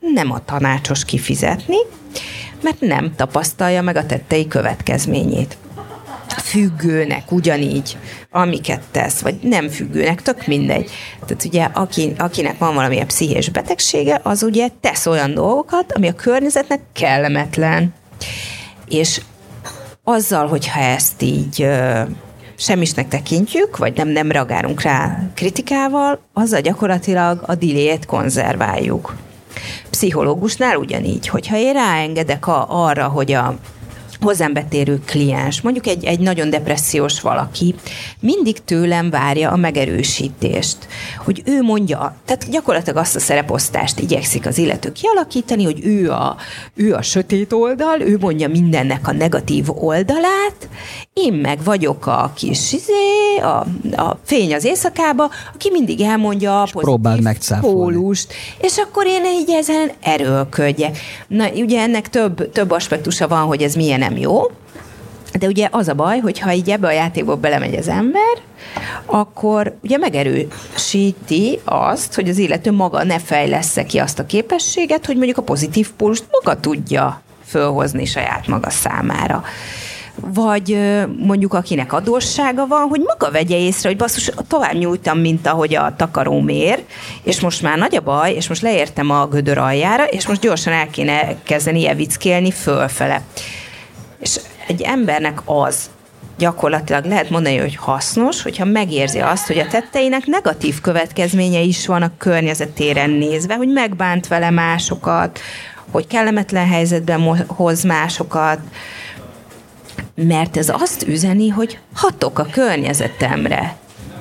nem a tanácsos kifizetni, mert nem tapasztalja meg a tettei következményét. Függőnek ugyanígy, amiket tesz, vagy nem függőnek, tök mindegy. Tehát ugye akinek van valamilyen pszichés betegsége, az ugye tesz olyan dolgokat, ami a környezetnek kellemetlen. És azzal, hogyha ezt így semmisnek tekintjük, vagy nem reagálunk rá kritikával, azzal gyakorlatilag a dilét konzerváljuk. Pszichológusnál ugyanígy, hogyha én ráengedek arra, hogy a hozzám betérő kliens, mondjuk egy nagyon depressziós valaki, mindig tőlem várja a megerősítést, hogy ő mondja, tehát gyakorlatilag azt a szereposztást igyekszik az illető kialakítani, hogy ő a sötét oldal, ő mondja mindennek a negatív oldalát, én meg vagyok a kis a fény az éjszakába, aki mindig elmondja a pozitív pólust, és akkor én így ezen erőlködjek. Na, ugye ennek több aspektusa van, hogy ez milyen nem jó, de ugye az a baj, hogyha így ebbe a játékba belemegy az ember, akkor ugye megerősíti azt, hogy az illető maga ne fejlessze ki azt a képességet, hogy mondjuk a pozitív pólust maga tudja fölhozni saját maga számára. Vagy mondjuk akinek adóssága van, hogy maga vegye észre, hogy basszus, tovább nyújtam, mint ahogy a takaróm ér, és most már nagy a baj, és most leértem a gödör aljára, és most gyorsan el kéne kezdeni evickélni fölfele. És egy embernek az gyakorlatilag lehet mondani, hogy hasznos, hogyha megérzi azt, hogy a tetteinek negatív következménye is van a környezetére nézve, hogy megbánt vele másokat, hogy kellemetlen helyzetben hoz másokat, mert ez azt üzeni, hogy hatok a környezetemre.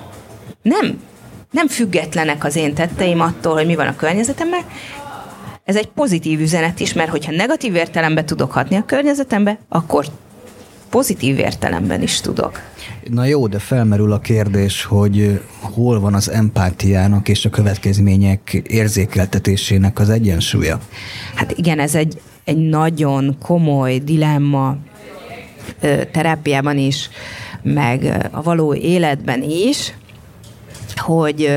Nem függetlenek az én tetteim attól, hogy mi van a környezetemben. Ez egy pozitív üzenet is, mert hogyha negatív értelemben tudok hatni a környezetembe, akkor pozitív értelemben is tudok. Na jó, de felmerül a kérdés, hogy hol van az empátiának és a következmények érzékeltetésének az egyensúlya? Hát igen, ez egy nagyon komoly dilemma terápiában is, meg a való életben is, hogy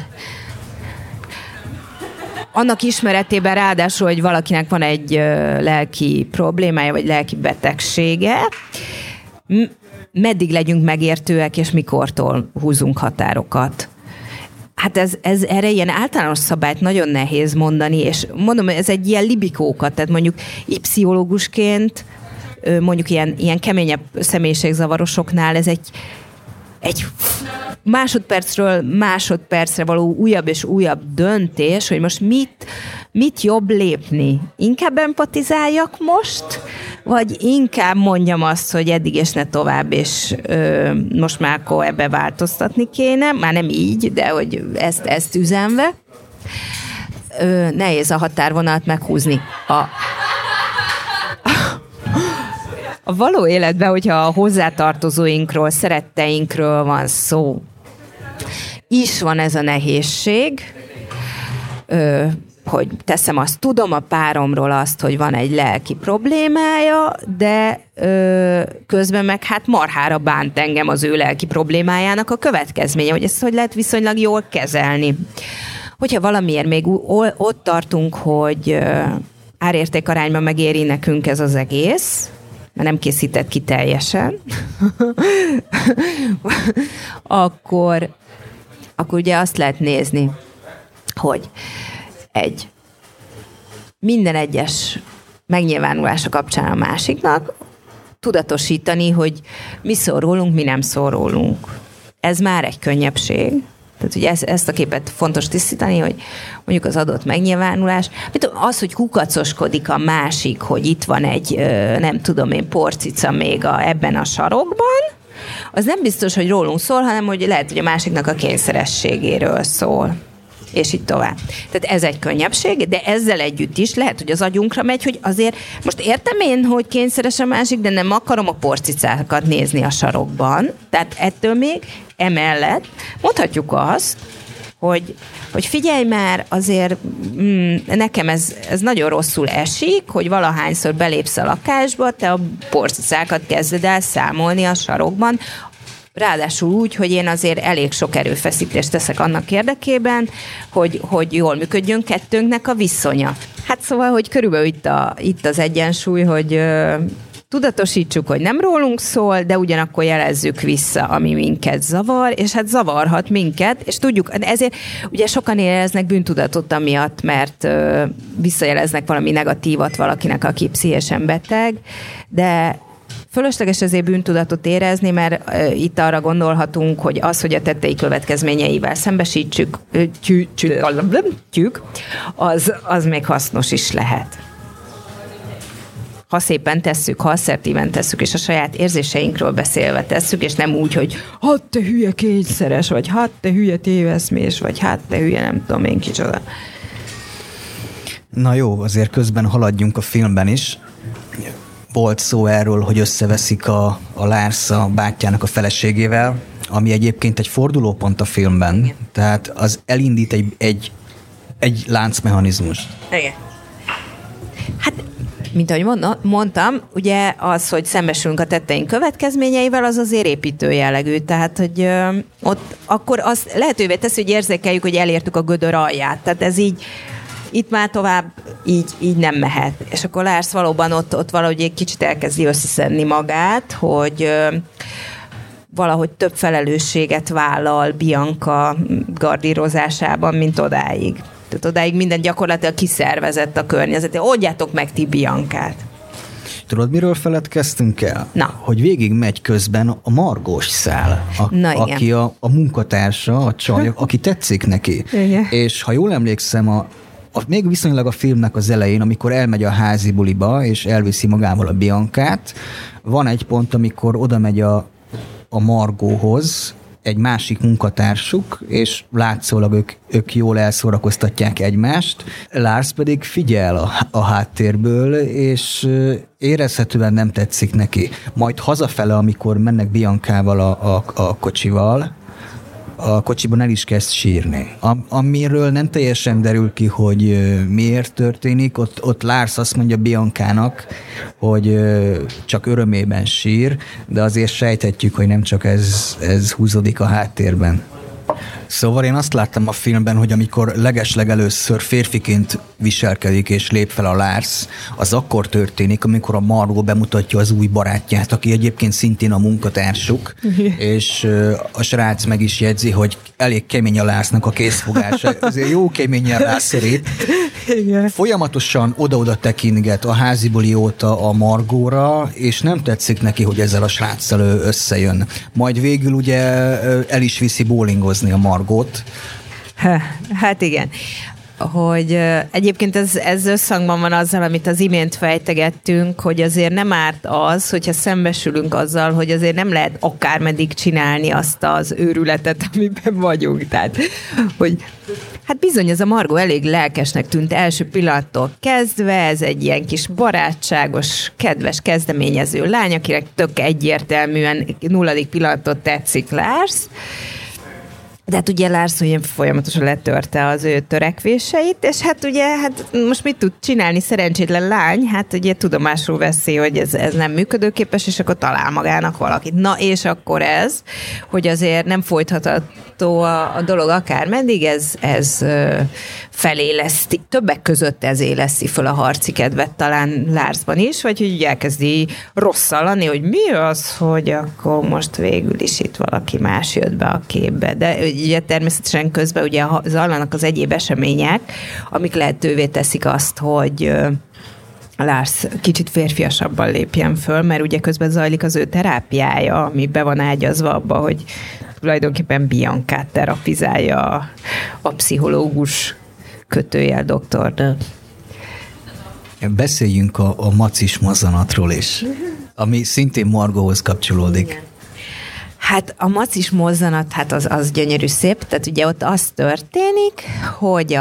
annak ismeretében ráadásul, hogy valakinek van egy lelki problémája, vagy lelki betegsége, meddig legyünk megértőek, és mikortól húzunk határokat. Hát ez erre ilyen általános szabályt nagyon nehéz mondani, és mondom, ez egy ilyen libikókat, tehát mondjuk így pszichológusként, mondjuk ilyen keményebb személyiségzavarosoknál ez egy másodpercről másodpercre való újabb és újabb döntés, hogy most mit jobb lépni. Inkább empatizáljak most, vagy inkább mondjam azt, hogy eddig és ne tovább, és most már akkor ebbe változtatni kéne. Már nem így, de hogy ezt üzenve. Nehéz a határvonalat meghúzni. A való életben, hogyha a hozzátartozóinkról, szeretteinkről van szó, is van ez a nehézség, hogy teszem azt, tudom a páromról azt, hogy van egy lelki problémája, de közben meg hát marhára bánt engem az ő lelki problémájának a következménye, hogy ezt hogy lehet viszonylag jól kezelni. Hogyha valamiért még ott tartunk, hogy árértékarányban megéri nekünk ez az egész, mert nem készített ki teljesen, akkor ugye azt lehet nézni, hogy minden egyes megnyilvánulása kapcsán a másiknak tudatosítani, hogy mi szól rólunk, mi nem szól rólunk. Ez már egy könnyebbség. Tehát ugye ezt a képet fontos tisztítani, hogy mondjuk az adott megnyilvánulás, az, hogy kukacoskodik a másik, hogy itt van egy, nem tudom én, porcica még ebben a sarokban, az nem biztos, hogy rólunk szól, hanem hogy lehet, hogy a másiknak a kényszerességéről szól. És így tovább. Tehát ez egy könnyebbség, de ezzel együtt is lehet, hogy az agyunkra megy, hogy azért most értem én, hogy kényszeres a másik, de nem akarom a porcicákat nézni a sarokban. Tehát ettől még emellett mondhatjuk azt, hogy figyelj már, azért nekem ez nagyon rosszul esik, hogy valahányszor belépsz a lakásba, te a porcicákat kezded el számolni a sarokban, ráadásul úgy, hogy én azért elég sok erőfeszítést teszek annak érdekében, hogy jól működjön kettőnknek a viszonya. Hát szóval, hogy körülbelül itt az egyensúly, hogy tudatosítsuk, hogy nem rólunk szól, de ugyanakkor jelezzük vissza, ami minket zavar, és hát zavarhat minket, és tudjuk, ezért ugye sokan éreznek bűntudatot amiatt, mert visszajeleznek valami negatívat valakinek, aki pszichésen beteg, de fölösleges ezért bűntudatot érezni, mert itt arra gondolhatunk, hogy az, hogy a tettei következményeivel szembesítsük, az még hasznos is lehet. Ha szépen tesszük, ha asszertíven tesszük, és a saját érzéseinkről beszélve tesszük, és nem úgy, hogy hát te hülye kényszeres, vagy hát te hülye téveszmés, vagy hát te hülye nem tudom én kicsoda. Na jó, azért közben haladjunk a filmben is. Volt szó erről, hogy összeveszik a Lars a bátyjának a feleségével, ami egyébként egy fordulópont a filmben, igen. Tehát az elindít egy láncmechanizmust. Igen. Hát, mint ahogy mondtam, ugye az, hogy szembesülünk a tetteink következményeivel, az azért építő jellegű. Tehát, hogy ott akkor az lehetővé teszi, hogy érzékeljük, hogy elértük a gödör alját. Tehát ez így, itt már tovább így nem mehet. És akkor Lars valóban ott valahogy egy kicsit elkezdi összeszedni magát, hogy valahogy több felelősséget vállal Bianca gardírozásában, mint odáig. Tehát odáig minden gyakorlatilag kiszervezett a környezet. Oldjátok meg ti Biancát. Tudod, miről feledkeztünk el? Na. Hogy végig megy közben a Margós szál, aki a munkatársa, a csaj, aki tetszik neki. Igen. És ha jól emlékszem, még viszonylag a filmnek az elején, amikor elmegy a házi buliba, és elviszi magával a Biancát, van egy pont, amikor oda megy a Margóhoz, egy másik munkatársuk, és látszólag ők jól elszórakoztatják egymást. Lars pedig figyel a háttérből, és érezhetően nem tetszik neki. Majd hazafele, amikor mennek Biancával a kocsival, a kocsiban el is kezd sírni. Amiről nem teljesen derül ki, hogy miért történik, ott Lars azt mondja Biancának, hogy csak örömében sír, de azért sejthetjük, hogy nem csak ez húzódik a háttérben. Szóval én azt láttam a filmben, hogy amikor legeslegelőször férfiként viselkedik és lép fel a Lars, az akkor történik, amikor a Margot bemutatja az új barátját, aki egyébként szintén a munkatársuk, és a srác meg is jegyzi, hogy elég kemény a Larsnak a készfogása, azért jó keményen rászorít. Folyamatosan oda-oda tekintget a házibuli óta a Margóra, és nem tetszik neki, hogy ezzel a sráccal összejön. Majd végül ugye el is viszi bowlingozni a Margót. Hát igen. Hogy egyébként ez összhangban van azzal, amit az imént fejtegettünk, hogy azért nem árt az, hogyha szembesülünk azzal, hogy azért nem lehet akármeddig csinálni azt az őrületet, amiben vagyunk. Tehát, hogy hát bizony ez a Margot elég lelkesnek tűnt első pillanattól kezdve, ez egy ilyen kis barátságos, kedves, kezdeményező lány, akinek tök egyértelműen nulladik pillanattól tetszik Lars. De hát ugye Lars ugye folyamatosan letörte az ő törekvéseit, és hát ugye most mit tud csinálni szerencsétlen lány? Hát ugye tudomásul veszi, hogy ez nem működőképes, és akkor talál magának valakit. Na és akkor ez, hogy azért nem folytatható a dolog akármeddig, ez feléleszti, többek között ez éleszti föl a harci kedvet talán Larsban is, vagy hogy elkezdi rosszallani, hogy mi az, hogy akkor most végül is itt valaki más jött be a képbe. De ugye természetesen közben ugye zajlanak az egyéb események, amik lehetővé teszik azt, hogy Lars kicsit férfiasabban lépjen föl, mert ugye közben zajlik az ő terápiája, ami be van ágyazva abba, hogy tulajdonképpen Biancát terapizálja a pszichológus kötőjel doktornő. Beszéljünk a macis mozzanatról is, ami szintén Margothoz kapcsolódik. Igen. Hát a macis mozzanat, hát az gyönyörű szép, tehát ugye ott az történik, hogy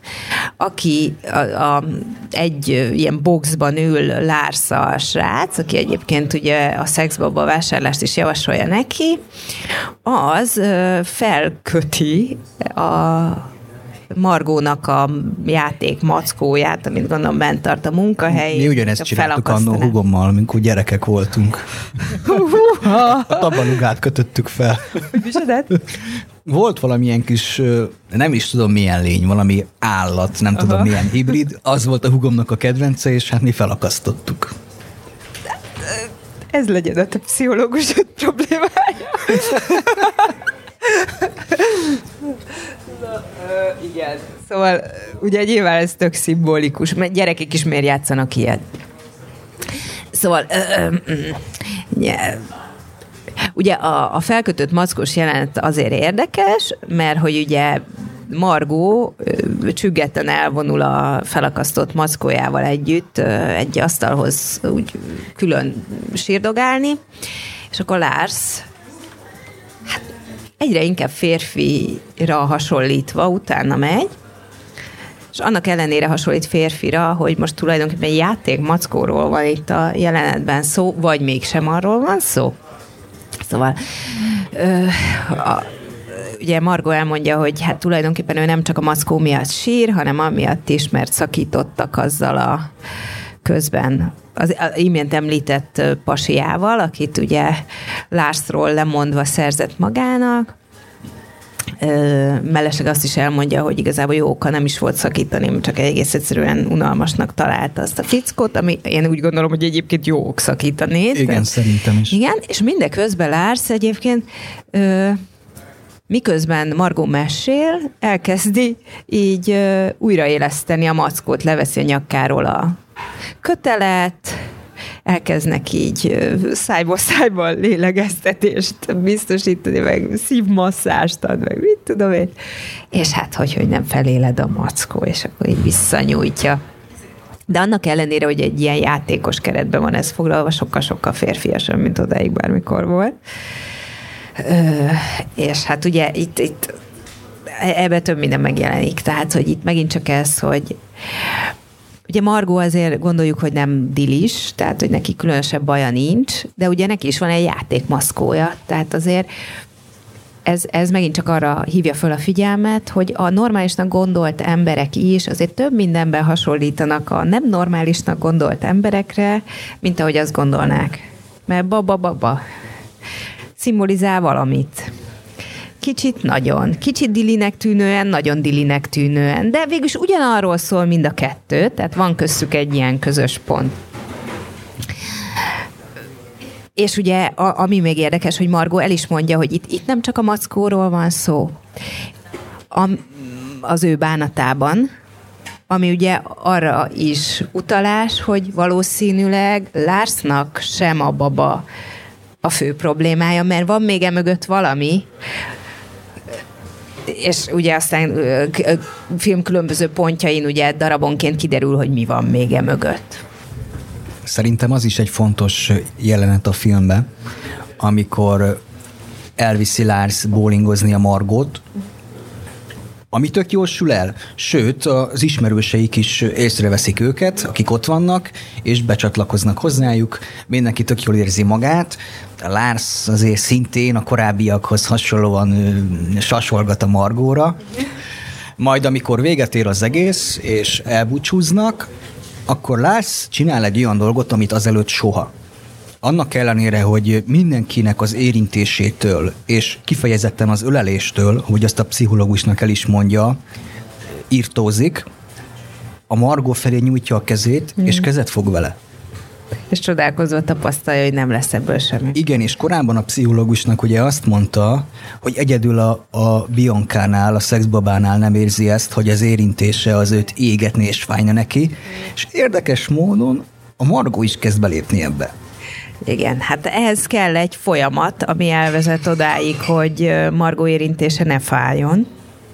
aki egy ilyen boxban ül Lars a srác, aki egyébként ugye a szexbaba vásárlást is javasolja neki, az felköti a Margónak a játék mackóját, amit gondolom bent tart a munkahely. Mi ugyanezt csináltuk annó hugommal, amikor gyerekek voltunk. A tabalugát kötöttük fel. Viseled? Volt valamilyen kis, nem is tudom milyen lény, valami állat, nem tudom milyen hibrid, az volt a hugomnak a kedvence, és hát mi felakasztottuk. Ez legyen a te pszichológusod problémája. Igen. Szóval ugye nyilván ez tök szimbolikus, mert gyerekek is miért játszanak ilyet. Szóval ugye a felkötött mackos jelenet azért érdekes, mert hogy ugye Margó csüggetten elvonul a felakasztott mackójával együtt egy asztalhoz úgy külön sírdogálni, és akkor Lars egyre inkább férfira hasonlítva utána megy, és annak ellenére hasonlít férfira, hogy most tulajdonképpen játék mackóról van itt a jelenetben szó, vagy mégsem arról van szó. Szóval ugye Margó elmondja, hogy hát tulajdonképpen ő nem csak a mackó miatt sír, hanem amiatt is, mert szakítottak azzal a közben az imént említett pasiával, akit ugye Larsról lemondva szerzett magának. Mellesleg azt is elmondja, hogy igazából jó oka nem is volt szakítani, csak egész egyszerűen unalmasnak találta azt a fickót, ami én úgy gondolom, hogy egyébként jó ok szakítani. Igen, tehát, szerintem is. Igen, és mindeközben Lars egyébként miközben Margó mesél, elkezdi így újraéleszteni a mackót, leveszi a nyakáról a kötelet, elkezdnek így szájból lélegeztetést biztosítani, meg szívmasszást ad, meg mit tudom én. És hát, hogy nem feléled a mackó, és akkor így visszanyújtja. De annak ellenére, hogy egy ilyen játékos keretben van ez foglalva, sokkal-sokkal férfiasabb, mint odáig bármikor volt. És hát ugye itt ebben több minden megjelenik. Tehát, hogy itt megint csak ez, hogy ugye Margó azért gondoljuk, hogy nem dilis, tehát, hogy neki különösebb baja nincs, de ugye neki is van egy játékmaszkója, tehát azért ez megint csak arra hívja föl a figyelmet, hogy a normálisnak gondolt emberek is azért több mindenben hasonlítanak a nem normálisnak gondolt emberekre, mint ahogy azt gondolnák. Mert baba szimbolizál valamit. Kicsit dilinek tűnően, nagyon dilinek tűnően, de végülis ugyanarról szól mind a kettő, tehát van köztük egy ilyen közös pont. És ugye, ami még érdekes, hogy Margó el is mondja, hogy itt nem csak a mackóról van szó, az ő bánatában, ami ugye arra is utalás, hogy valószínűleg Larsnak sem a baba a fő problémája, mert van még emögött valami, és ugye aztán film különböző pontjain ugye darabonként kiderül, hogy mi van még emögött. Szerintem az is egy fontos jelenet a filmben, amikor elviszi Lars bowlingozni a Margót, ami tök jól sül el. Sőt, az ismerőseik is észreveszik őket, akik ott vannak, és becsatlakoznak hozzájuk. Mindenki tök jól érzi magát. A Lars azért szintén a korábbiakhoz hasonlóan sasolgat a Margóra. Majd amikor véget ér az egész, és elbúcsúznak, akkor Lars csinál egy olyan dolgot, amit azelőtt soha. Annak ellenére, hogy mindenkinek az érintésétől, és kifejezetten az öleléstől, hogy azt a pszichológusnak el is mondja, irtózik, a Margó felé nyújtja a kezét, és kezet fog vele. És csodálkozva tapasztalja, hogy nem lesz ebből semmi. Igen, és korábban a pszichológusnak ugye azt mondta, hogy egyedül a Biancánál, a szexbabánál nem érzi ezt, hogy az érintése az őt égetni és fájna neki, és érdekes módon a Margó is kezd belépni ebbe. Igen, hát ehhez kell egy folyamat, ami elvezet odáig, hogy Margó érintése ne fájjon.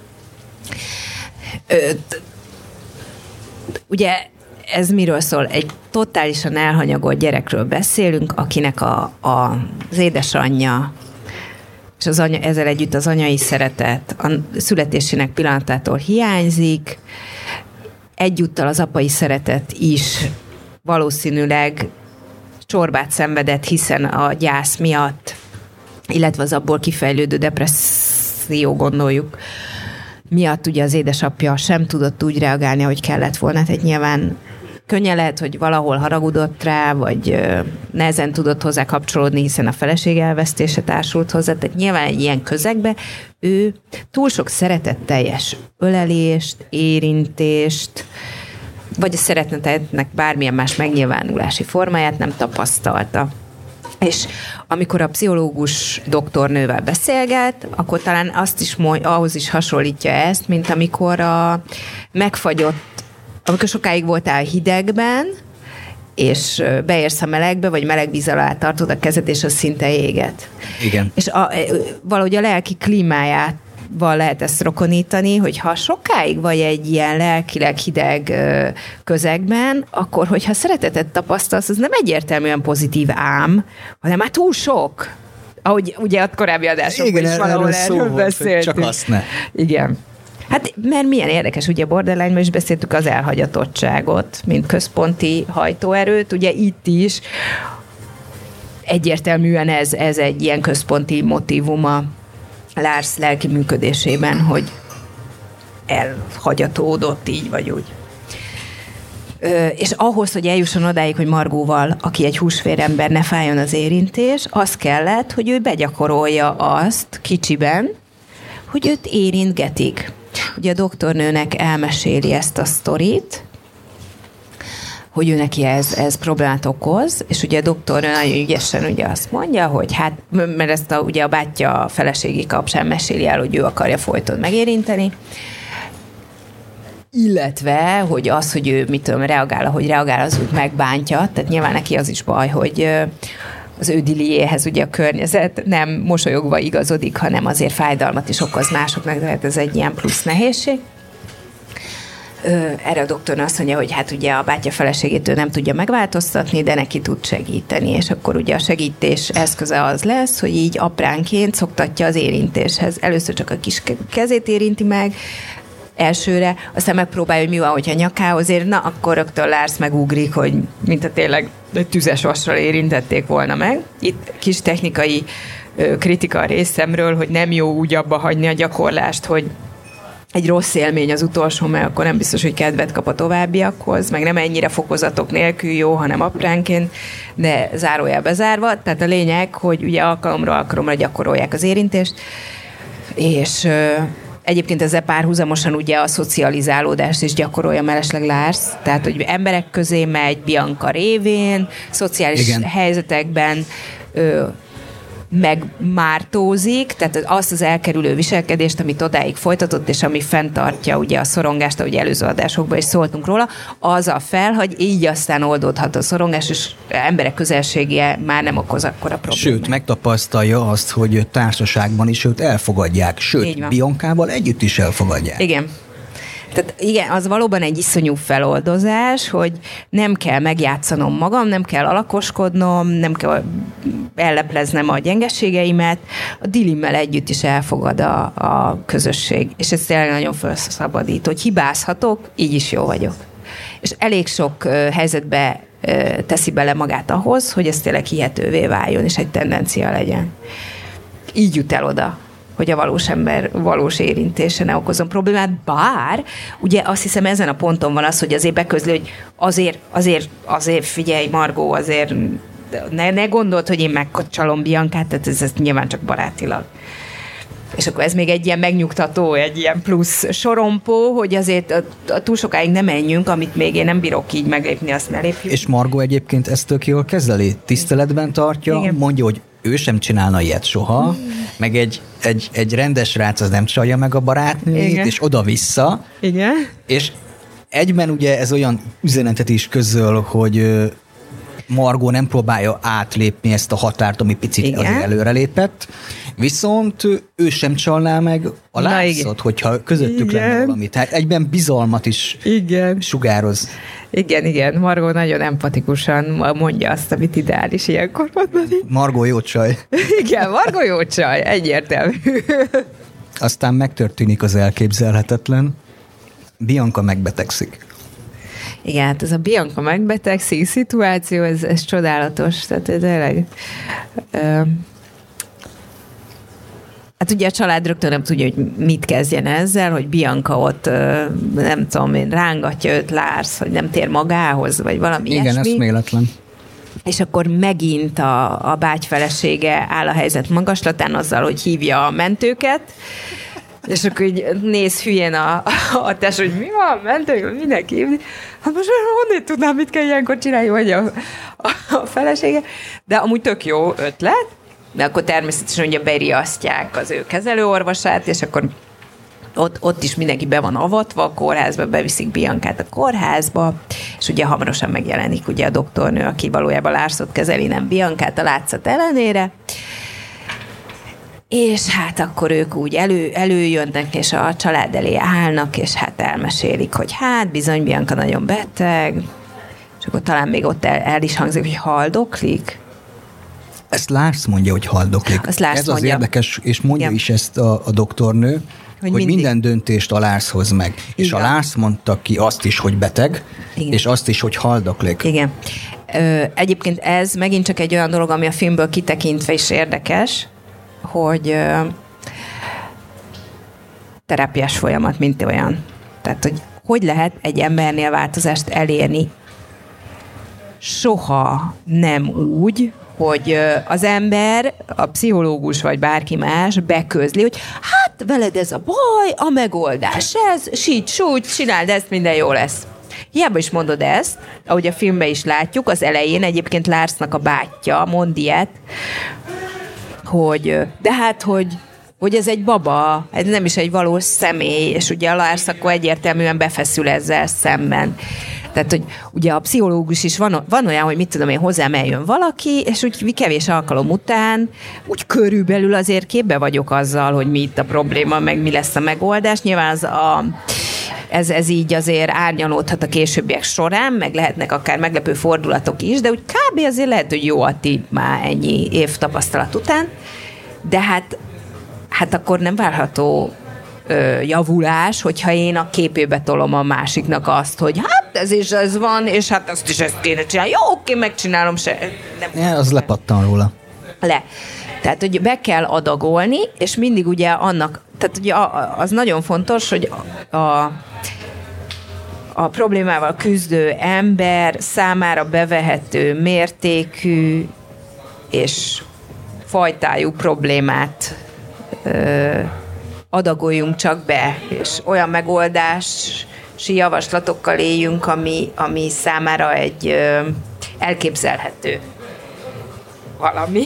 Ugye ez miről szól? Egy totálisan elhanyagolt gyerekről beszélünk, akinek az édesanyja és az ezzel együtt az anyai szeretet a születésének pillanatától hiányzik, egyúttal az apai szeretet is valószínűleg csorbát szenvedett, hiszen a gyász miatt, illetve az abból kifejlődő depresszió, gondoljuk, miatt ugye az édesapja sem tudott úgy reagálni, ahogy kellett volna, tehát nyilván könnyen lehet, hogy valahol haragudott rá, vagy nehezen tudott hozzá kapcsolódni, hiszen a feleség elvesztése társult hozzá. Tehát nyilván egy ilyen közegben ő túl sok szeretetteljes ölelést, érintést, vagy a szeretetnek bármilyen más megnyilvánulási formáját nem tapasztalta. És amikor a pszichológus doktornővel beszélget, akkor talán azt is ahhoz is hasonlítja ezt, mint amikor amikor sokáig voltál hidegben, és beérsz a melegbe, vagy meleg víz alá tartod a kezed, és az szinte éget. Igen. És valahogy a lelki klímájával lehet ezt rokonítani, hogy ha sokáig vagy egy ilyen lelkileg hideg közegben, akkor, hogyha szeretetet tapasztalsz, az nem egyértelműen pozitív ám, hanem már túl sok. Ahogy ugye a korábbi adásokban is valahol erről beszéltünk. Csak azt ne. Igen. Hát, mert milyen érdekes, ugye borderline-ban is beszéltük az elhagyatottságot, mint központi hajtóerőt, ugye itt is egyértelműen ez egy ilyen központi motívuma Lars lelki működésében, hogy elhagyatódott így vagy úgy. És ahhoz, hogy eljusson odáig, hogy Margóval, aki egy húsvérember, ne fájjon az érintés, az kellett, hogy ő begyakorolja azt kicsiben, hogy őt érintgetik. Ugye a doktornőnek elmeséli ezt a sztorit, hogy ő neki ez problémát okoz, és ugye a doktornő nagyon ügyesen ugye azt mondja, hogy hát, mert ezt ugye a bátyja feleségi kapcsán meséli el, hogy ő akarja folyton megérinteni, illetve, hogy az, hogy ő reagál, ahogy reagál, az úgy megbántja, tehát nyilván neki az is baj, hogy az ő diliéhez ugye a környezet nem mosolyogva igazodik, hanem azért fájdalmat is okoz másoknak, tehát ez egy ilyen plusz nehézség. Erre a doktornő azt mondja, hogy hát ugye a bátyja feleségét ő nem tudja megváltoztatni, de neki tud segíteni, és akkor ugye a segítés eszköze az lesz, hogy így apránként szoktatja az érintéshez. Először csak a kis kezét érinti meg, elsőre, aztán megpróbálja, hogy mi van, hogyha nyakához ér, na akkor rögtön Lars megugrik, hogy mint a tényleg tüzes vassal érintették volna meg. Itt kis technikai kritika a részemről, hogy nem jó úgy abba hagyni a gyakorlást, hogy egy rossz élmény az utolsó, mert akkor nem biztos, hogy kedvet kap a továbbiakhoz, meg nem ennyire fokozatok nélkül jó, hanem apránként, de zárójelbe zárva. Tehát a lényeg, hogy ugye alkalomra gyakorolják az érintést, és egyébként ezzel párhuzamosan ugye a szocializálódást is gyakorolja mellesleg Lars, tehát hogy emberek közé megy Bianca révén, szociális helyzetekben megmártózik, tehát azt az elkerülő viselkedést, amit odáig folytatott, és ami fenntartja ugye a szorongást, ahogy előző adásokban is szóltunk róla, azzal felhagy, így aztán oldódhat a szorongás, és emberek közelsége már nem okoz akkora problémát. Sőt, megtapasztalja azt, hogy társaságban is őt elfogadják, sőt, Biancával együtt is elfogadják. Igen. Tehát igen, az valóban egy iszonyú feloldozás, hogy nem kell megjátszanom magam, nem kell alakoskodnom, nem kell ellepleznem a gyengeségeimet, a dilimmel együtt is elfogad a közösség. És ez tényleg nagyon felszabadít, hogy hibázhatok, így is jó vagyok. És elég sok helyzetbe teszi bele magát ahhoz, hogy ez tényleg hihetővé váljon, és egy tendencia legyen. Így jut el oda, hogy a valós ember valós érintése ne okozom problémát, bár ugye azt hiszem ezen a ponton van az, hogy azért beközli, hogy azért figyelj, Margó, azért ne gondold, hogy én megkocsalom Biancát, tehát ez nyilván csak barátilag. És akkor ez még egy ilyen megnyugtató, egy ilyen plusz sorompó, hogy azért túl sokáig nem menjünk, amit még én nem bírok így meglépni, azt ne lépjük. És Margó egyébként ezt tök jól kezeli, tiszteletben tartja, igen. Mondja, hogy ő sem csinálna ilyet soha, meg egy rendes rác az nem csalja meg a barátnőjét, és oda-vissza. Igen. És egyben ugye ez olyan üzenetet is közöl, hogy Margó nem próbálja átlépni ezt a határt, ami picit azért előrelépett, viszont ő sem csalná meg a Larszot, hogyha közöttük lenne valami. Tehát egyben bizalmat is sugároz. Igen, Margó nagyon empatikusan mondja azt, amit ideális ilyenkor mondani. Margó jó csaj. Igen, Margó jó csaj, egyértelmű. Aztán megtörténik az elképzelhetetlen. Bianca megbetegszik. Igen, hát ez a Bianca megbetegszik szituáció, ez csodálatos. Tehát tényleg... Hát ugye a család rögtön nem tudja, hogy mit kezdjen ezzel, hogy Bianca ott, nem tudom én, rángatja őt Lars, hogy nem tér magához, vagy valami igen, ilyesmi. Igen, eszméletlen. És akkor megint a báty felesége áll a helyzet magaslatán azzal, hogy hívja a mentőket, és akkor így néz hülyén a tesó, hogy mi van, mentők, mindenki hívni. Hát most honnan tudnám, mit kell ilyenkor csinálni, hogy a felesége. De amúgy tök jó ötlet, de akkor természetesen ugye beriasztják az ő kezelőorvosát, és akkor ott is mindenki be van avatva a kórházba, beviszik Biancát a kórházba, és ugye hamarosan megjelenik ugye a doktornő, aki valójában Larsot kezeli, nem Biancát a látszat ellenére. És hát akkor ők úgy előjönnek, és a család elé állnak, és hát elmesélik, hogy hát bizony Bianca nagyon beteg, és akkor talán még ott el is hangzik, hogy haldoklik. Ezt Lars mondja, hogy haldoklik. Ez mondja. Az érdekes, és mondja is ezt a doktornő, hogy minden döntést a Lars hoz meg. Igen. És a Lars mondta ki azt is, hogy beteg, igen. És azt is, hogy haldoklik. Igen. Egyébként ez megint csak egy olyan dolog, ami a filmből kitekintve is érdekes, hogy terápiás folyamat, mint olyan. Tehát, hogy lehet egy embernél változást elérni soha nem úgy, hogy az ember, a pszichológus vagy bárki más beközli, hogy hát veled ez a baj, a megoldás ez, súgy, csináld ezt, minden jó lesz. Hiába is mondod ezt, ahogy a filmben is látjuk, az elején egyébként Larsnak a bátyja mond ilyet, hogy ez egy baba, ez nem is egy valós személy, és ugye a Lars akkor egyértelműen befeszül ezzel szemben. Tehát, hogy ugye a pszichológus is van olyan, hogy mit tudom én, hozzám eljön valaki, és úgy kevés alkalom után úgy körülbelül azért képbe vagyok azzal, hogy mi itt a probléma, meg mi lesz a megoldás. Nyilván ez így azért árnyalódhat a későbbiek során, meg lehetnek akár meglepő fordulatok is, de úgy kb. Azért lehet, hogy jó a tipp már ennyi év tapasztalat után, de hát akkor nem várható javulás, hogyha én a képébe tolom a másiknak azt, hogy hát ez is ez van, és hát azt is ezt kéne csinálni. Jó, oké, megcsinálom se. Nem. Az lepattan róla. Tehát, hogy be kell adagolni, és mindig ugye annak, tehát ugye az nagyon fontos, hogy a problémával küzdő ember számára bevehető mértékű és fajtájú problémát adagoljunk csak be, és olyan megoldási javaslatokkal éljünk, ami számára egy elképzelhető valami.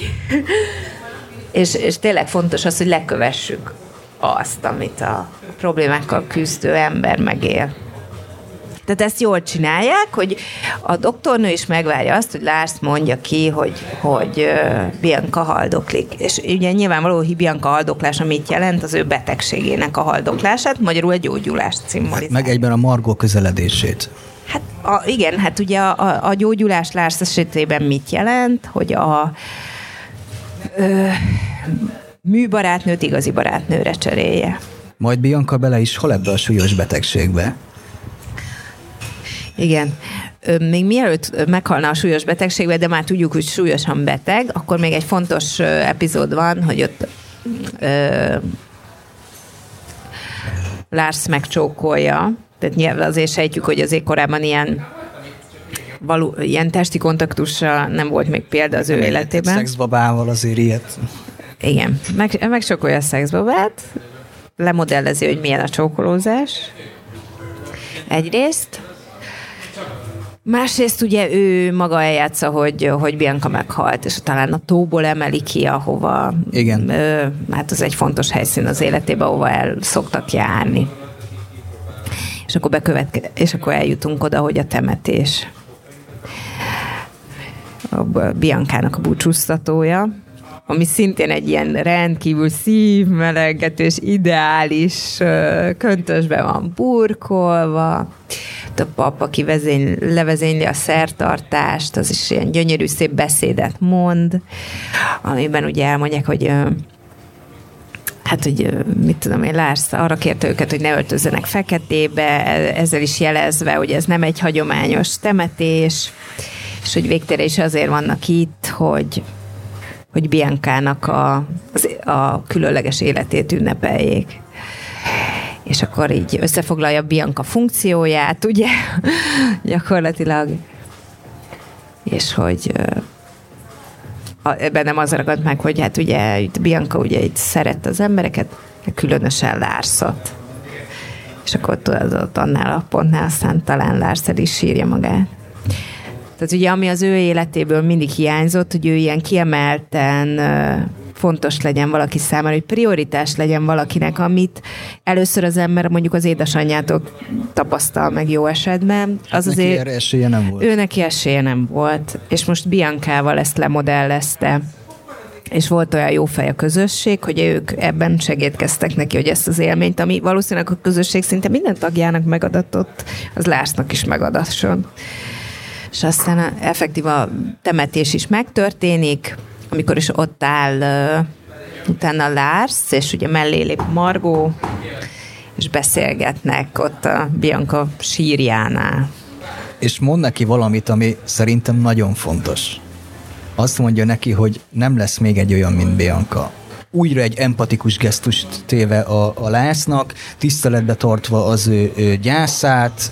és tényleg fontos az, hogy lekövessük azt, amit a problémákkal küzdő ember megél. Tehát ezt jól csinálják, hogy a doktornő is megvárja azt, hogy Lars mondja ki, hogy Bianca haldoklik. És ugye nyilvánvaló, hogy Bianca haldoklása mit jelent, az ő betegségének a haldoklását, magyarul egy gyógyulást szimbolizál. Meg egyben a Margot közeledését. Hát igen, hát ugye a gyógyulás Lars esetében mit jelent, hogy a műbarátnőt igazi barátnőre cserélje. Majd Bianca bele is hol ebbe a súlyos betegségbe? Igen. Még mielőtt meghalna a súlyos betegségbe, de már tudjuk, hogy súlyosan beteg, akkor még egy fontos epizód van, hogy ott Lars megcsókolja. Tehát nyilván azért sejtjük, hogy azért korábban ilyen testi kontaktusra nem volt még példa az ő életében. Szexbabával azért ilyet. Igen. Megcsókolja a szexbabát, lemodellezi, hogy milyen a csókolózás. Egyrészt. Másrészt ugye ő maga eljátsza, hogy Bianca meghalt, és talán a tóból emeli ki, ahova... Igen. Hát az egy fontos helyszín az életében, ahova el szoktak járni. És akkor eljutunk oda, hogy a temetés. A Biancának a búcsúztatója, ami szintén egy ilyen rendkívül szívmelengető és ideális köntösbe van burkolva. A pap, aki levezényli a szertartást, az is ilyen gyönyörű, szép beszédet mond, amiben ugye elmondják, hogy mit tudom én, Lars arra kérte őket, hogy ne öltözzenek feketébe, ezzel is jelezve, hogy ez nem egy hagyományos temetés, és hogy végtére is azért vannak itt, hogy hogy Biankának a különleges életét ünnepeljék. És akkor így összefoglalja Bianca funkcióját, ugye, gyakorlatilag, és hogy bennem az ragadt meg, hogy hát ugye itt Bianca ugye itt szerette az embereket, különösen Larst. És akkor ott annál a pontnál aztán talán Lars el is sírja magát. Tehát ugye ami az ő életéből mindig hiányzott, hogy ő ilyen kiemelten fontos legyen valaki számára, hogy prioritás legyen valakinek, amit először az ember mondjuk az édesanyjától tapasztal meg jó esetben. Az neki azért, erre esélye nem volt. Ő neki esélye nem volt, és most Biancával ezt lemodellezte. És volt olyan jó fej a közösség, hogy ők ebben segítkeztek neki, hogy ezt az élményt, ami valószínűleg a közösség szinte minden tagjának megadatott, az Larsnak is megadasson. És aztán effektív a temetés is megtörténik, amikor is ott áll utána Lars, és ugye mellé lép Margot, és beszélgetnek ott a Bianca sírjánál. És mond neki valamit, ami szerintem nagyon fontos. Azt mondja neki, hogy nem lesz még egy olyan, mint Bianca. Újra egy empatikus gesztust téve a Larsnak, tiszteletbe tartva az ő gyászát.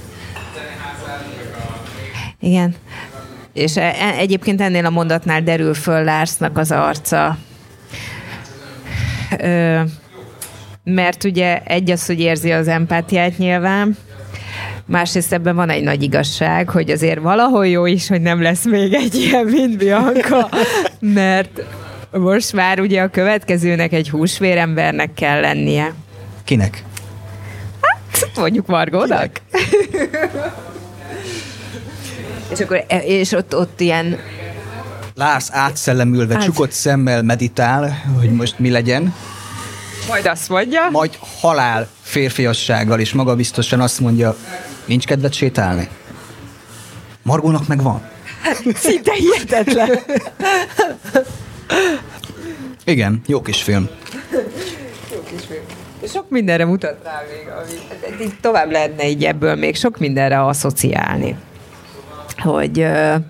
Igen. És egyébként ennél a mondatnál derül föl Larsnak az arca. Mert ugye egy az, hogy érzi az empátiát nyilván, másrészt ebben van egy nagy igazság, hogy azért valahol jó is, hogy nem lesz még egy ilyen, mint Bianca, mert most már ugye a következőnek egy húsvérembernek kell lennie. Kinek? Hát, mondjuk Margónak. És ott ilyen... Lars átszellemülve, csukott szemmel meditál, hogy most mi legyen. Majd azt mondja. Majd halál férfiassággal, és magabiztosan azt mondja, nincs kedved sétálni. Margónak meg van. Szinte hihetetlen. Igen, jó kis film. Jó kis film. Sok mindenre mutat rá még, amit tovább lehetne így ebből még sok mindenre asszociálni. Hogy...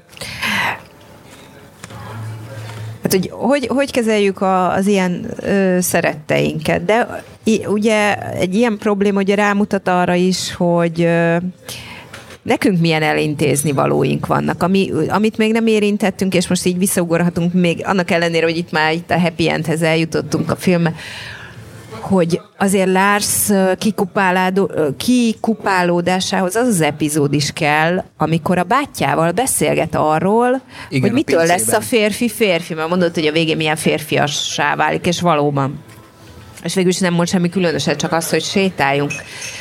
Hát, hogy kezeljük az ilyen szeretteinket. De ugye egy ilyen probléma ugye rámutat arra is, hogy nekünk milyen elintézni valóink vannak, amit még nem érintettünk, és most így visszaugorhatunk még, annak ellenére, hogy itt már a happy endhez eljutottunk a filmbe, hogy azért Lars kikupálódásához az epizód is kell, amikor a bátyjával beszélget arról, igen, hogy mitől lesz a férfi, mert mondod, hogy a végén milyen férfiassá válik, és valóban. És végül is nem mond semmi különöset, csak az, hogy sétáljunk.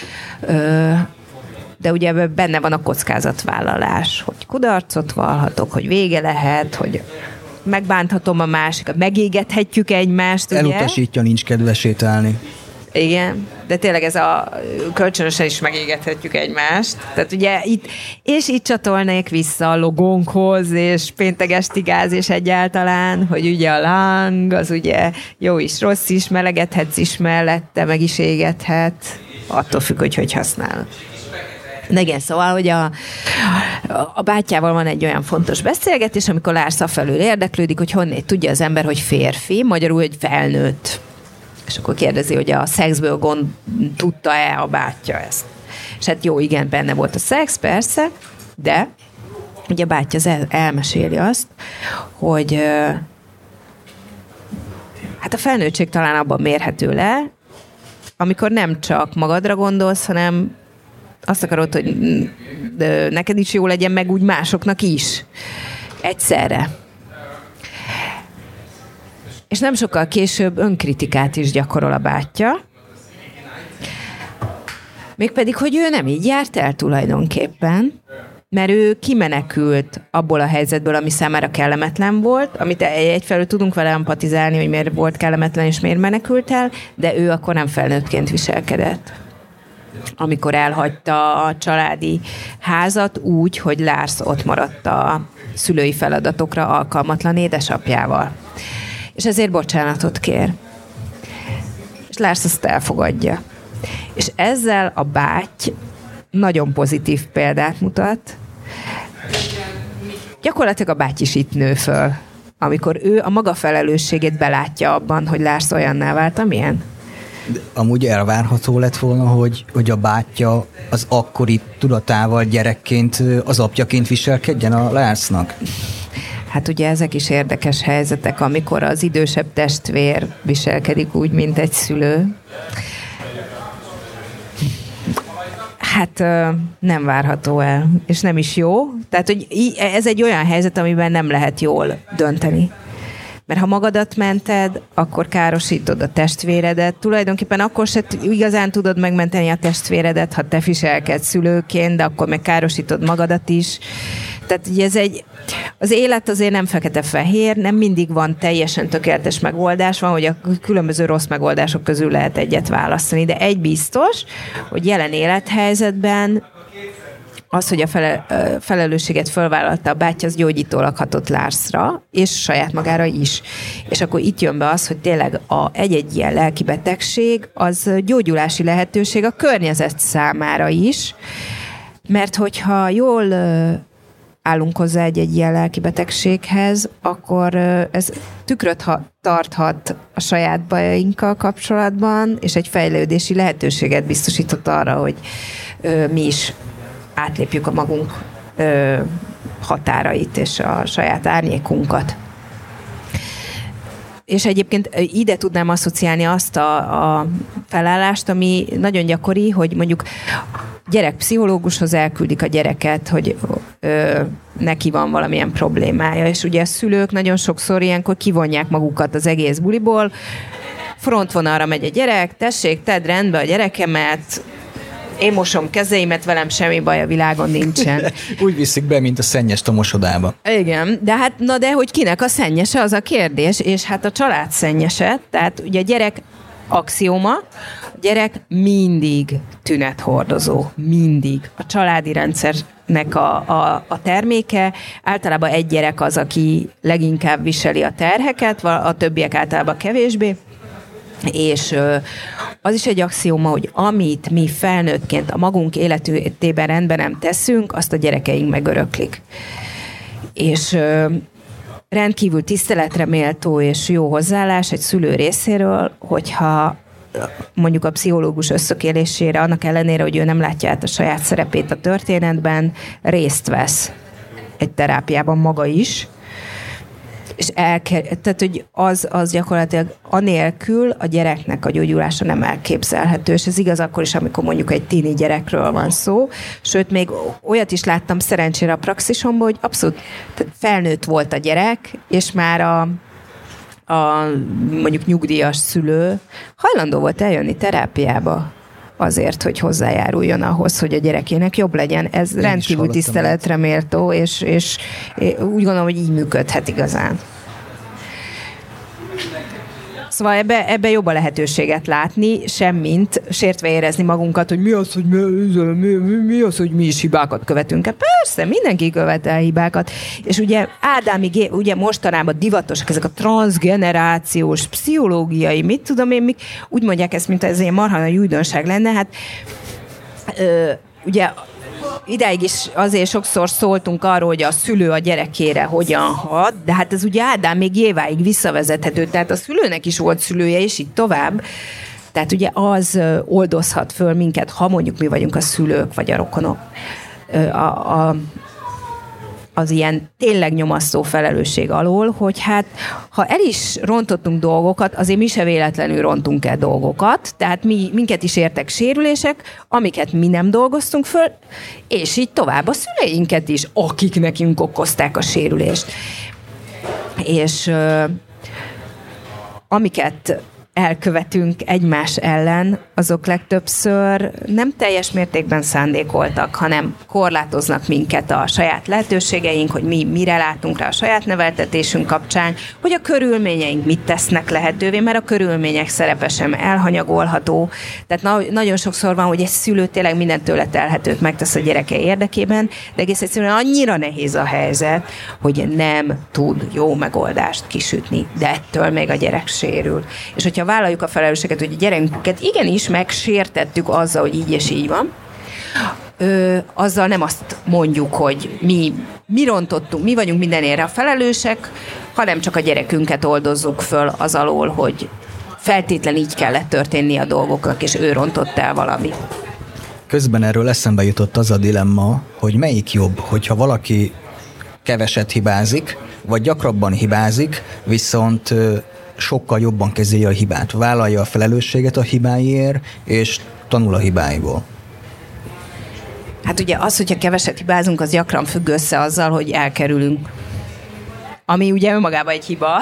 De ugye benne van a kockázatvállalás, hogy kudarcot vallhatok, hogy vége lehet, hogy megbánthatom a másikat, megégethetjük egymást, ugye? Elutasítja, nincs kedve sétálni. Igen, de tényleg ez a kölcsönösen is megégethetjük egymást. Tehát ugye itt csatolnék vissza a logónkhoz, és péntek esti gáz, és egyáltalán, hogy ugye a láng, az ugye jó is, rossz is, melegedhetsz is mellette, meg is égethet, attól függ, hogy használod. De igen, szóval, hogy a bátyával van egy olyan fontos beszélgetés, amikor Lars afelől érdeklődik, hogy honnét tudja az ember, hogy férfi, magyarul, hogy felnőtt. És akkor kérdezi, hogy a szexből tudta-e a bátyja ezt. És hát jó, igen, benne volt a szex, persze, de ugye a bátyja elmeséli azt, hogy hát a felnőttség talán abban mérhető le, amikor nem csak magadra gondolsz, hanem azt akarod, hogy neked is jó legyen, meg úgy másoknak is. Egyszerre. És nem sokkal később önkritikát is gyakorol a bátyja. Mégpedig, hogy ő nem így járt el tulajdonképpen, mert ő kimenekült abból a helyzetből, ami számára kellemetlen volt, amit egyfelől tudunk vele empatizálni, hogy miért volt kellemetlen és miért menekült el, de ő akkor nem felnőttként viselkedett. Amikor elhagyta a családi házat úgy, hogy Lars ott maradt a szülői feladatokra alkalmatlan édesapjával. És ezért bocsánatot kér. És Lars azt elfogadja. És ezzel a báty nagyon pozitív példát mutat. Gyakorlatilag a báty is itt nő föl. amikor ő a maga felelősségét belátja abban, hogy Lars olyanná vált, amilyen? Amúgy elvárható lett volna, hogy a bátyja az akkori tudatával gyerekként, az apjaként viselkedjen a Larsnak? Hát ugye ezek is érdekes helyzetek, amikor az idősebb testvér viselkedik úgy, mint egy szülő. Hát nem várható el, és nem is jó. Tehát, hogy ez egy olyan helyzet, amiben nem lehet jól dönteni. Mert ha magadat mented, akkor károsítod a testvéredet. Tulajdonképpen akkor se igazán tudod megmenteni a testvéredet, ha te viselkedsz szülőként, de akkor meg károsítod magadat is. Tehát ugye az élet azért nem fekete-fehér, nem mindig van teljesen tökéletes megoldás, van, hogy a különböző rossz megoldások közül lehet egyet választani, de egy biztos, hogy jelen élethelyzetben az, hogy a felelősséget fölvállalta a bátyja, az gyógyítólag hatott Larsra, és saját magára is. És akkor itt jön be az, hogy tényleg egy-egy ilyen lelki betegség, az gyógyulási lehetőség a környezet számára is, mert hogyha jól állunk hozzá egy ilyen lelki betegséghez, akkor ez tükröt tarthat a saját bajainkkal kapcsolatban, és egy fejlődési lehetőséget biztosított arra, hogy mi is átlépjük a magunk határait és a saját árnyékunkat. És egyébként ide tudnám asszociálni azt a felállást, ami nagyon gyakori, hogy mondjuk gyerekpszichológushoz elküldik a gyereket, hogy neki van valamilyen problémája, és ugye a szülők nagyon sokszor ilyenkor kivonják magukat az egész buliból, frontvonalra megy a gyerek, tessék, tedd rendbe a gyerekemet, én mosom kezeimet, velem semmi baj, a világon nincsen. Úgy viszik be, mint a szennyest a mosodába. Igen, de hogy kinek a szennyese, az a kérdés, és hát a család szennyese, tehát ugye a gyerek axióma, a gyerek mindig tünethordozó, mindig. A családi rendszernek a terméke, általában egy gyerek az, aki leginkább viseli a terheket, a többiek általában kevésbé, és az is egy axióma, hogy amit mi felnőttként a magunk életében rendben nem teszünk, azt a gyerekeink megöröklik. És rendkívül tiszteletre méltó és jó hozzáállás egy szülő részéről, hogyha mondjuk a pszichológus összökélésére, annak ellenére, hogy ő nem látja át a saját szerepét a történetben, részt vesz egy terápiában maga is, és tehát, hogy az gyakorlatilag anélkül a gyereknek a gyógyulása nem elképzelhető, és ez igaz akkor is, amikor mondjuk egy tini gyerekről van szó, sőt, még olyat is láttam szerencsére a praxisomban, hogy abszolút felnőtt volt a gyerek, és már a mondjuk nyugdíjas szülő hajlandó volt eljönni terápiába azért, hogy hozzájáruljon ahhoz, hogy a gyerekének jobb legyen. Ez én rendkívül tiszteletre méltó, és úgy gondolom, hogy így működhet igazán. Szóval ebbe jobb a lehetőséget látni, semmint sértve érezni magunkat, hogy mi az, hogy mi is hibákat követünk. Persze, mindenki követel hibákat. És ugye Ádámig, ugye mostanában divatosak ezek a transzgenerációs, pszichológiai, mit tudom én, úgy mondják ezt, mint ez ilyen marha nagy újdonság lenne. Hát ugye idáig is azért sokszor szóltunk arról, hogy a szülő a gyerekére hogyan hat, de hát ez ugye Ádám még Éváig visszavezethető, tehát a szülőnek is volt szülője, és így tovább. Tehát ugye az oldozhat föl minket, ha mondjuk mi vagyunk a szülők, vagy a rokonok. Az ilyen tényleg nyomasztó felelősség alól, hogy hát ha el is rontottunk dolgokat, azért mi se véletlenül rontunk el dolgokat, tehát minket is értek sérülések, amiket mi nem dolgoztunk föl, és így tovább a szüleinket is, akik nekünk okozták a sérülést. És amiket elkövetünk egymás ellen, azok legtöbbször nem teljes mértékben szándékoltak, hanem korlátoznak minket a saját lehetőségeink, hogy mi mire látunk rá a saját neveltetésünk kapcsán, hogy a körülményeink mit tesznek lehetővé, mert a körülmények szerepe sem elhanyagolható. Tehát nagyon sokszor van, hogy egy szülő tényleg mindent tőle telhetőt megtesz a gyereke érdekében, de egész egyszerűen annyira nehéz a helyzet, hogy nem tud jó megoldást kisütni, de ettől még a gyerek sérül. És hogyha vállaljuk a felelősséget, hogy a gyerekünket igenis megsértettük azzal, hogy így és így van, azzal nem azt mondjuk, hogy mi rontottunk, mi vagyunk mindenére a felelősek, hanem csak a gyerekünket oldozzuk föl az alól, hogy feltétlen így kellett történni a dolgoknak, és ő rontott el valamit. Közben erről eszembe jutott az a dilemma, hogy melyik jobb, hogyha valaki keveset hibázik, vagy gyakrabban hibázik, viszont sokkal jobban kezeli a hibát, vállalja a felelősséget a hibáiért, és tanul a hibáiból. Hát ugye az, hogyha keveset hibázunk, az gyakran függ össze azzal, hogy elkerülünk. Ami ugye önmagában egy hiba.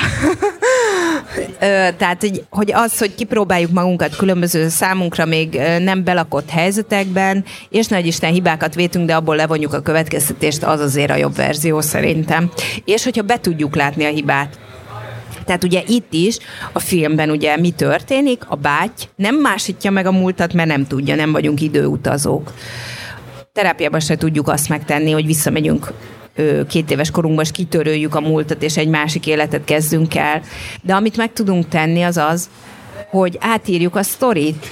Tehát, hogy az, hogy kipróbáljuk magunkat különböző számunkra még nem belakott helyzetekben, és nagy Isten hibákat vétünk, de abból levonjuk a következtetést, az azért a jobb verzió szerintem. És hogyha be tudjuk látni a hibát. Tehát ugye itt is, a filmben ugye mi történik? A báty nem másítja meg a múltat, mert nem tudja, nem vagyunk időutazók. Terápiában se tudjuk azt megtenni, hogy visszamegyünk 2 éves korunkban, és kitöröljük a múltat, és egy másik életet kezdünk el. De amit meg tudunk tenni, az az, hogy átírjuk a sztorit,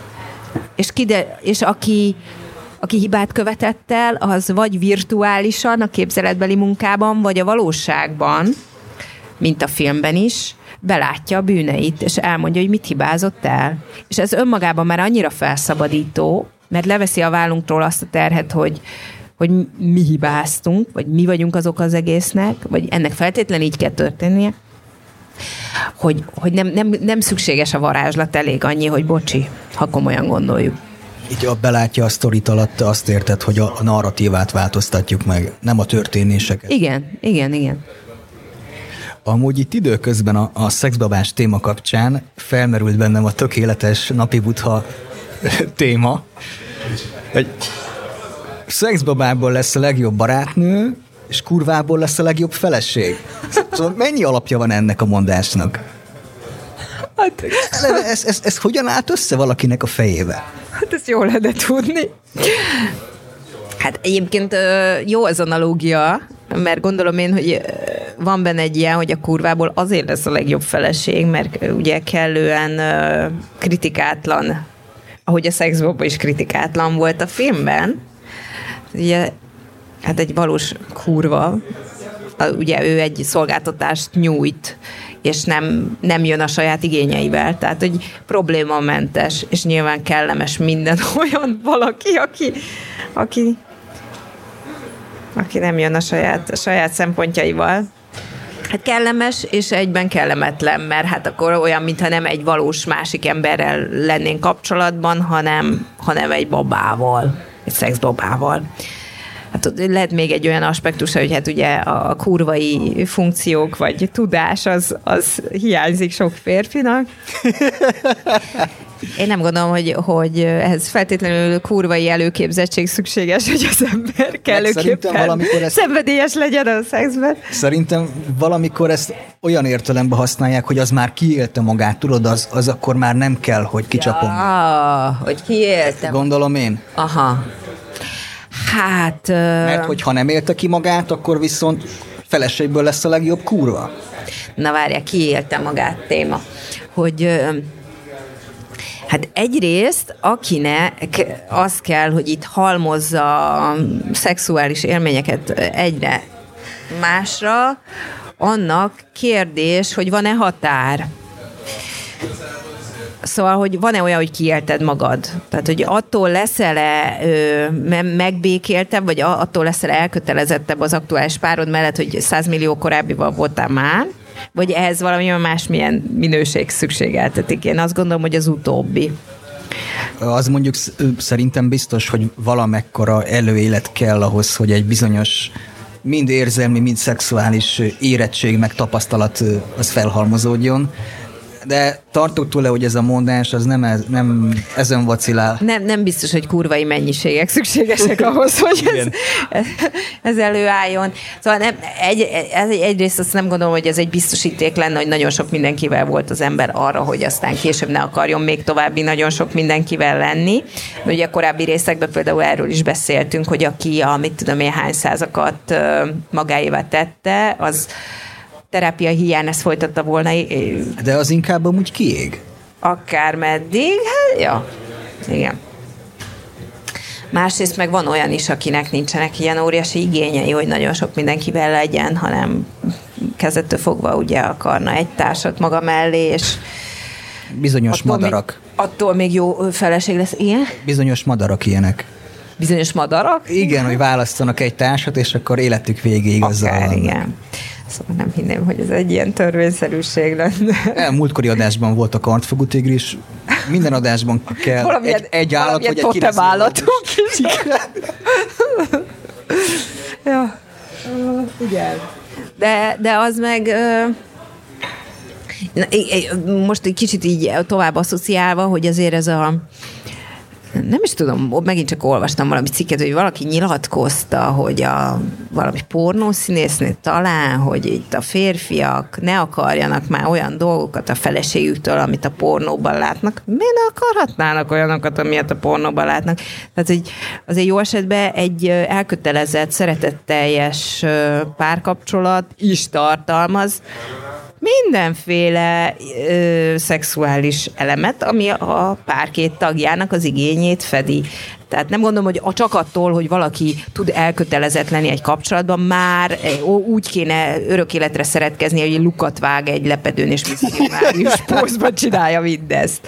és aki hibát követett el, az vagy virtuálisan a képzeletbeli munkában, vagy a valóságban, mint a filmben is, belátja a bűneit, és elmondja, hogy mit hibázott el. És ez önmagában már annyira felszabadító, mert leveszi a vállunkról azt a terhet, hogy mi hibáztunk, vagy mi vagyunk azok az egésznek, vagy ennek feltétlenül így kell történnie, hogy nem szükséges a varázslat, elég annyi, hogy bocsi, ha komolyan gondoljuk. Így a belátja a sztorit alatt azt érted, hogy a narratívát változtatjuk meg, nem a történéseket. Igen. Amúgy itt időközben a szexbabás téma kapcsán felmerült bennem a tökéletes napi buddha téma, hogy szexbabából lesz a legjobb barátnő, és kurvából lesz a legjobb feleség. Szóval mennyi alapja van ennek a mondásnak? Hát, ez hogyan állt össze valakinek a fejébe? Hát ezt jól lenne tudni. Hát egyébként jó az analógia, mert gondolom én, hogy van benne egy ilyen, hogy a kurvából azért lesz a legjobb feleség, mert ugye kellően kritikátlan, ahogy a szexbaba is kritikátlan volt a filmben. Ugye, hát egy valós kurva, ugye ő egy szolgáltatást nyújt, és nem jön a saját igényeivel, tehát hogy problémamentes, és nyilván kellemes minden olyan valaki, aki nem jön a saját szempontjaival. Hát kellemes, és egyben kellemetlen, mert hát akkor olyan, mintha nem egy valós másik emberrel lennénk kapcsolatban, hanem egy babával, egy szexbabával. Hát lehet még egy olyan aspektus, hogy hát ugye a kurvai funkciók, vagy tudás, az hiányzik sok férfinak. Én nem gondolom, hogy ehhez feltétlenül kurvai előképzettség szükséges, hogy az ember kellőképpen szenvedélyes legyen a szexben. Szerintem valamikor ezt olyan értelemben használják, hogy az már kiélte magát, tudod, az akkor már nem kell, hogy kicsapom. Hogy kiélte. Gondolom én. Aha. Hát... Mert hogyha nem élte ki magát, akkor viszont feleségből lesz a legjobb kurva. Na várjál, kiélte magát téma. Hogy... Hát egyrészt, akinek az kell, hogy itt halmozza a szexuális élményeket egyre másra, annak kérdés, hogy van-e határ. Szóval, hogy van-e olyan, hogy kiélted magad? Tehát, hogy attól leszel-e megbékéltebb, vagy attól leszel elkötelezettebb az aktuális párod mellett, hogy 100 millió korábbival voltál már, vagy ehhez valamilyen másmilyen minőség szükségeltetik. Én azt gondolom, hogy az utóbbi. Az mondjuk szerintem biztos, hogy valamekkora előélet kell ahhoz, hogy egy bizonyos mind érzelmi, mind szexuális érettség meg tapasztalat az felhalmozódjon. De tartok tőle, hogy ez a mondás, az nem ezen vacilál. Nem biztos, hogy kurvai mennyiségek szükségesek ahhoz, hogy ez előálljon. Szóval egyrészt azt nem gondolom, hogy ez egy biztosíték lenne, hogy nagyon sok mindenkivel volt az ember arra, hogy aztán később ne akarjon még további nagyon sok mindenkivel lenni. Ugye a korábbi részekben például erről is beszéltünk, hogy aki mit tudom én hány százakat magáévá tette, az terápia hiány ezt folytatta volna. De az inkább amúgy kiég. Akármeddig, hát ja, igen. Másrészt meg van olyan is, akinek nincsenek ilyen óriási igényei, hogy nagyon sok mindenkivel legyen, hanem kezdettől fogva ugye akarna egy társat maga mellé, és bizonyos madarak. Attól még jó feleség lesz. Igen? Bizonyos madarak ilyenek. Bizonyos madarak? Igen, hogy választanak egy társat, és akkor életük végéig azzal vannak. Igen. Szóval nem hinném, hogy ez egy ilyen törvényszerűség lenne. Múltkori adásban volt a kartfogú tigris. Minden adásban kell egy állat, vagy egy totemállatunk is. Ja. Igen. De az meg... most egy kicsit így tovább asszociálva, hogy azért ez a... Nem is tudom, megint csak olvastam valami cikket, hogy valaki nyilatkozta, hogy valami pornószínésznő talán, hogy itt a férfiak ne akarjanak már olyan dolgokat a feleségüktől, amit a pornóban látnak. Miért ne akarhatnának olyanokat, amilyet a pornóban látnak? Tehát, hogy azért jó esetben egy elkötelezett, szeretetteljes párkapcsolat is tartalmaz mindenféle szexuális elemet, ami a pár két tagjának az igényét fedi. Tehát nem gondolom, hogy csak attól, hogy valaki tud elkötelezett lenni egy kapcsolatban, már úgy kéne örök életre szeretkezni, hogy lukat vág egy lepedőn, és misszionárius pózban csinálja mindezt.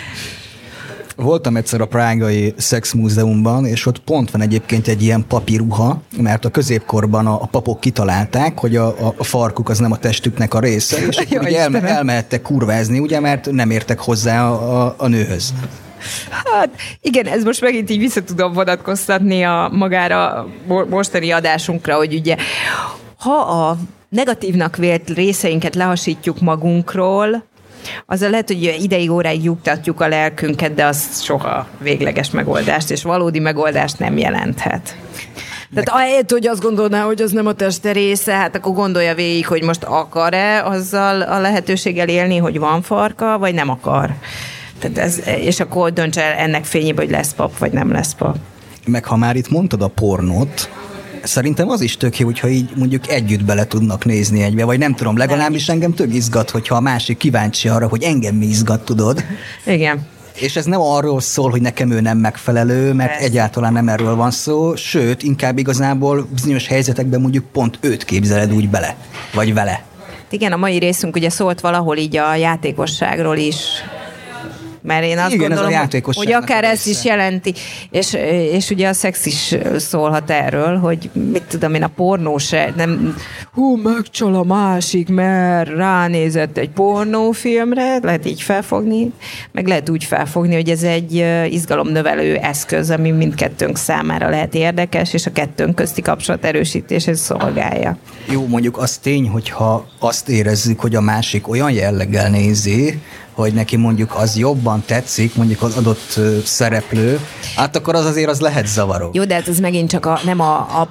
Voltam egyszer a prágai szexmúzeumban, és ott pont van egyébként egy ilyen papíruha, mert a középkorban a papok kitalálták, hogy a farkuk az nem a testüknek a része, és akkor ugye elmehettek kurvázni, ugye, mert nem értek hozzá a nőhöz. Hát igen, ez most megint így vissza tudom vonatkoztatni magára mostani adásunkra, hogy ugye ha a negatívnak vélt részeinket lehasítjuk magunkról, azzal lehet, hogy ideig, óráig nyugtatjuk a lelkünket, de az soha végleges megoldást, és valódi megoldást nem jelenthet. Tehát ahelyett, hogy azt gondolná, hogy az nem a teste része, hát akkor gondolja végig, hogy most akar-e azzal a lehetőséggel élni, hogy van farka, vagy nem akar. Tehát és akkor dönts el ennek fényében, hogy lesz pap, vagy nem lesz pap. Meg ha már itt mondtad a pornót, szerintem az is tök jó, hogyha így mondjuk együtt bele tudnak nézni egybe, vagy nem tudom, legalábbis engem tök izgat, hogyha a másik kíváncsi arra, hogy engem mi izgat, tudod. Igen. És ez nem arról szól, hogy nekem ő nem megfelelő, mert egyáltalán nem erről van szó, sőt, inkább igazából bizonyos helyzetekben mondjuk pont őt képzeled úgy bele, vagy vele. Igen, a mai részünk ugye szólt valahol így a játékosságról is, mert én azt gondolom, hogy akár ezt is jelenti, és ugye a szex is szólhat erről, hogy mit tudom én, a pornó se, nem megcsal a másik, mert ránézett egy pornófilmre, lehet így felfogni, meg lehet úgy felfogni, hogy ez egy izgalomnövelő eszköz, ami mindkettőnk számára lehet érdekes, és a kettőnk közti kapcsolat erősítését szolgálja. Jó, mondjuk az tény, hogyha azt érezzük, hogy a másik olyan jelleggel nézi, hogy neki mondjuk az jobban tetszik, mondjuk az adott szereplő, hát akkor az azért az lehet zavaró. Jó, de ez megint csak nem a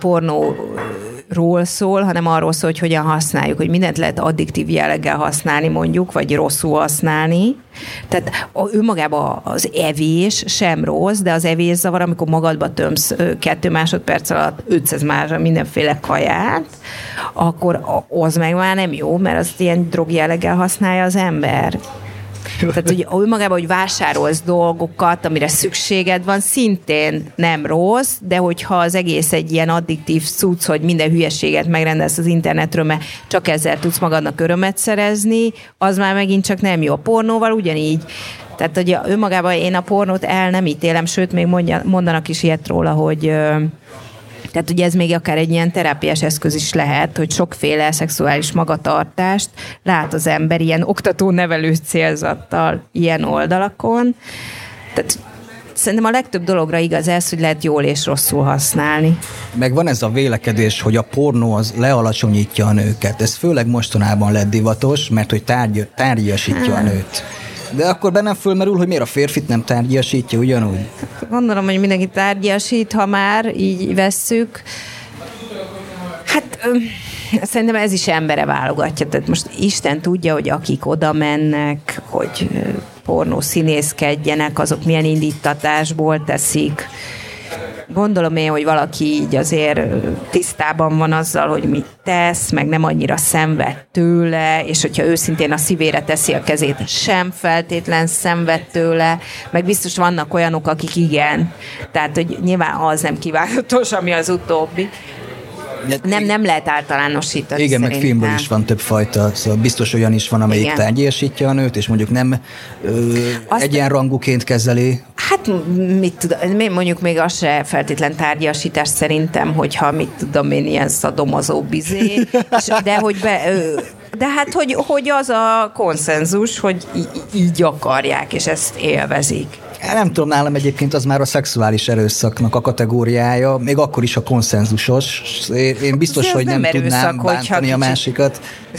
pornóról szól, hanem arról szól, hogy hogyan használjuk, hogy mindent lehet addiktív jelleggel használni mondjuk, vagy rosszul használni. Tehát önmagában az evés sem rossz, de az evés zavar, amikor magadba tömsz 2 másodperc alatt 500 másra mindenféle kaját, akkor az meg már nem jó, mert azt ilyen drog jelleggel használja az ember. Tehát, hogy önmagában, hogy vásárolsz dolgokat, amire szükséged van, szintén nem rossz, de hogyha az egész egy ilyen addiktív cucc, hogy minden hülyeséget megrendelsz az internetről, mert csak ezzel tudsz magadnak örömet szerezni, az már megint csak nem jó. A pornóval ugyanígy. Tehát, hogy önmagában én a pornót el nem ítélem, sőt, még mondanak is ilyet róla, hogy... Tehát ugye ez még akár egy ilyen terápiás eszköz is lehet, hogy sokféle szexuális magatartást lát az ember ilyen oktató-nevelő célzattal ilyen oldalakon. Tehát szerintem a legtöbb dologra igaz ez, hogy lehet jól és rosszul használni. Meg van ez a vélekedés, hogy a pornó az lealacsonyítja a nőket. Ez főleg mostanában lett divatos, mert hogy tárgyasítja a nőt. De akkor bennem fölmerül, hogy miért a férfit nem tárgyasítja ugyanúgy? Gondolom, hogy mindenki tárgyasít, ha már így vesszük. Hát szerintem ez is embere válogatja. Tehát most Isten tudja, hogy akik oda mennek, hogy pornó színészkedjenek, azok milyen indítatásból teszik. Gondolom én, hogy valaki így azért tisztában van azzal, hogy mit tesz, meg nem annyira szenved tőle, és hogyha őszintén a szívére teszi a kezét, sem feltétlen szenved tőle, meg biztos vannak olyanok, akik igen. Tehát, hogy nyilván az nem kívánatos, ami az utóbbi. Nem lehet általánosítani. Igen, szerintem. meg filmből is van több fajta, szóval biztos olyan is van, amelyik tárgyasítja a nőt, és mondjuk nem egyenrangúként kezeli. Hát mit tudom, mondjuk még az se feltétlen tárgyasítás szerintem, hogyha mit tudom én, ilyen szadomazó bizé, de hát, hogy az a konszenzus, hogy így akarják, és ezt élvezik. Nem tudom, nálam egyébként az már a szexuális erőszaknak a kategóriája, még akkor is a konszenzusos. Én biztos, hogy nem tudnám bántani a másikat.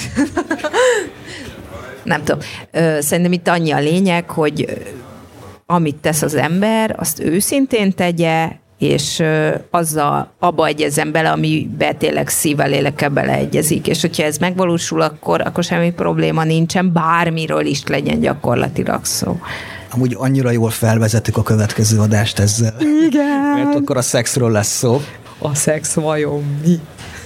Nem tudom. Szerintem itt annyi a lényeg, hogy amit tesz az ember, azt őszintén tegye, és azzal abba egyezzen bele, amiben tényleg szívvel, lélekkel beleegyezik. És hogyha ez megvalósul, akkor semmi probléma nincsen, bármiről is legyen gyakorlatilag szó. Amúgy annyira jól felvezettük a következő adást ezzel. Igen. Mert akkor a szexről lesz szó. A szex vajon mi?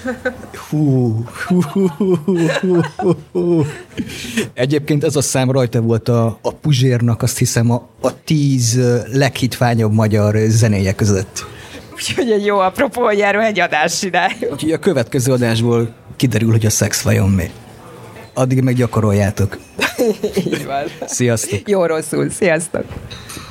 Egyébként ez a szám rajta volt a Puzsérnak, azt hiszem a 10 leghitványabb magyar zenéje között. Úgyhogy egy jó apropó, hogy erről egy adást csináljuk. Úgyhogy a következő adásból kiderül, hogy a szex vajon mi. Addig meg gyakoroljátok. Így van. Sziasztok. Jó rosszul. Sziasztok.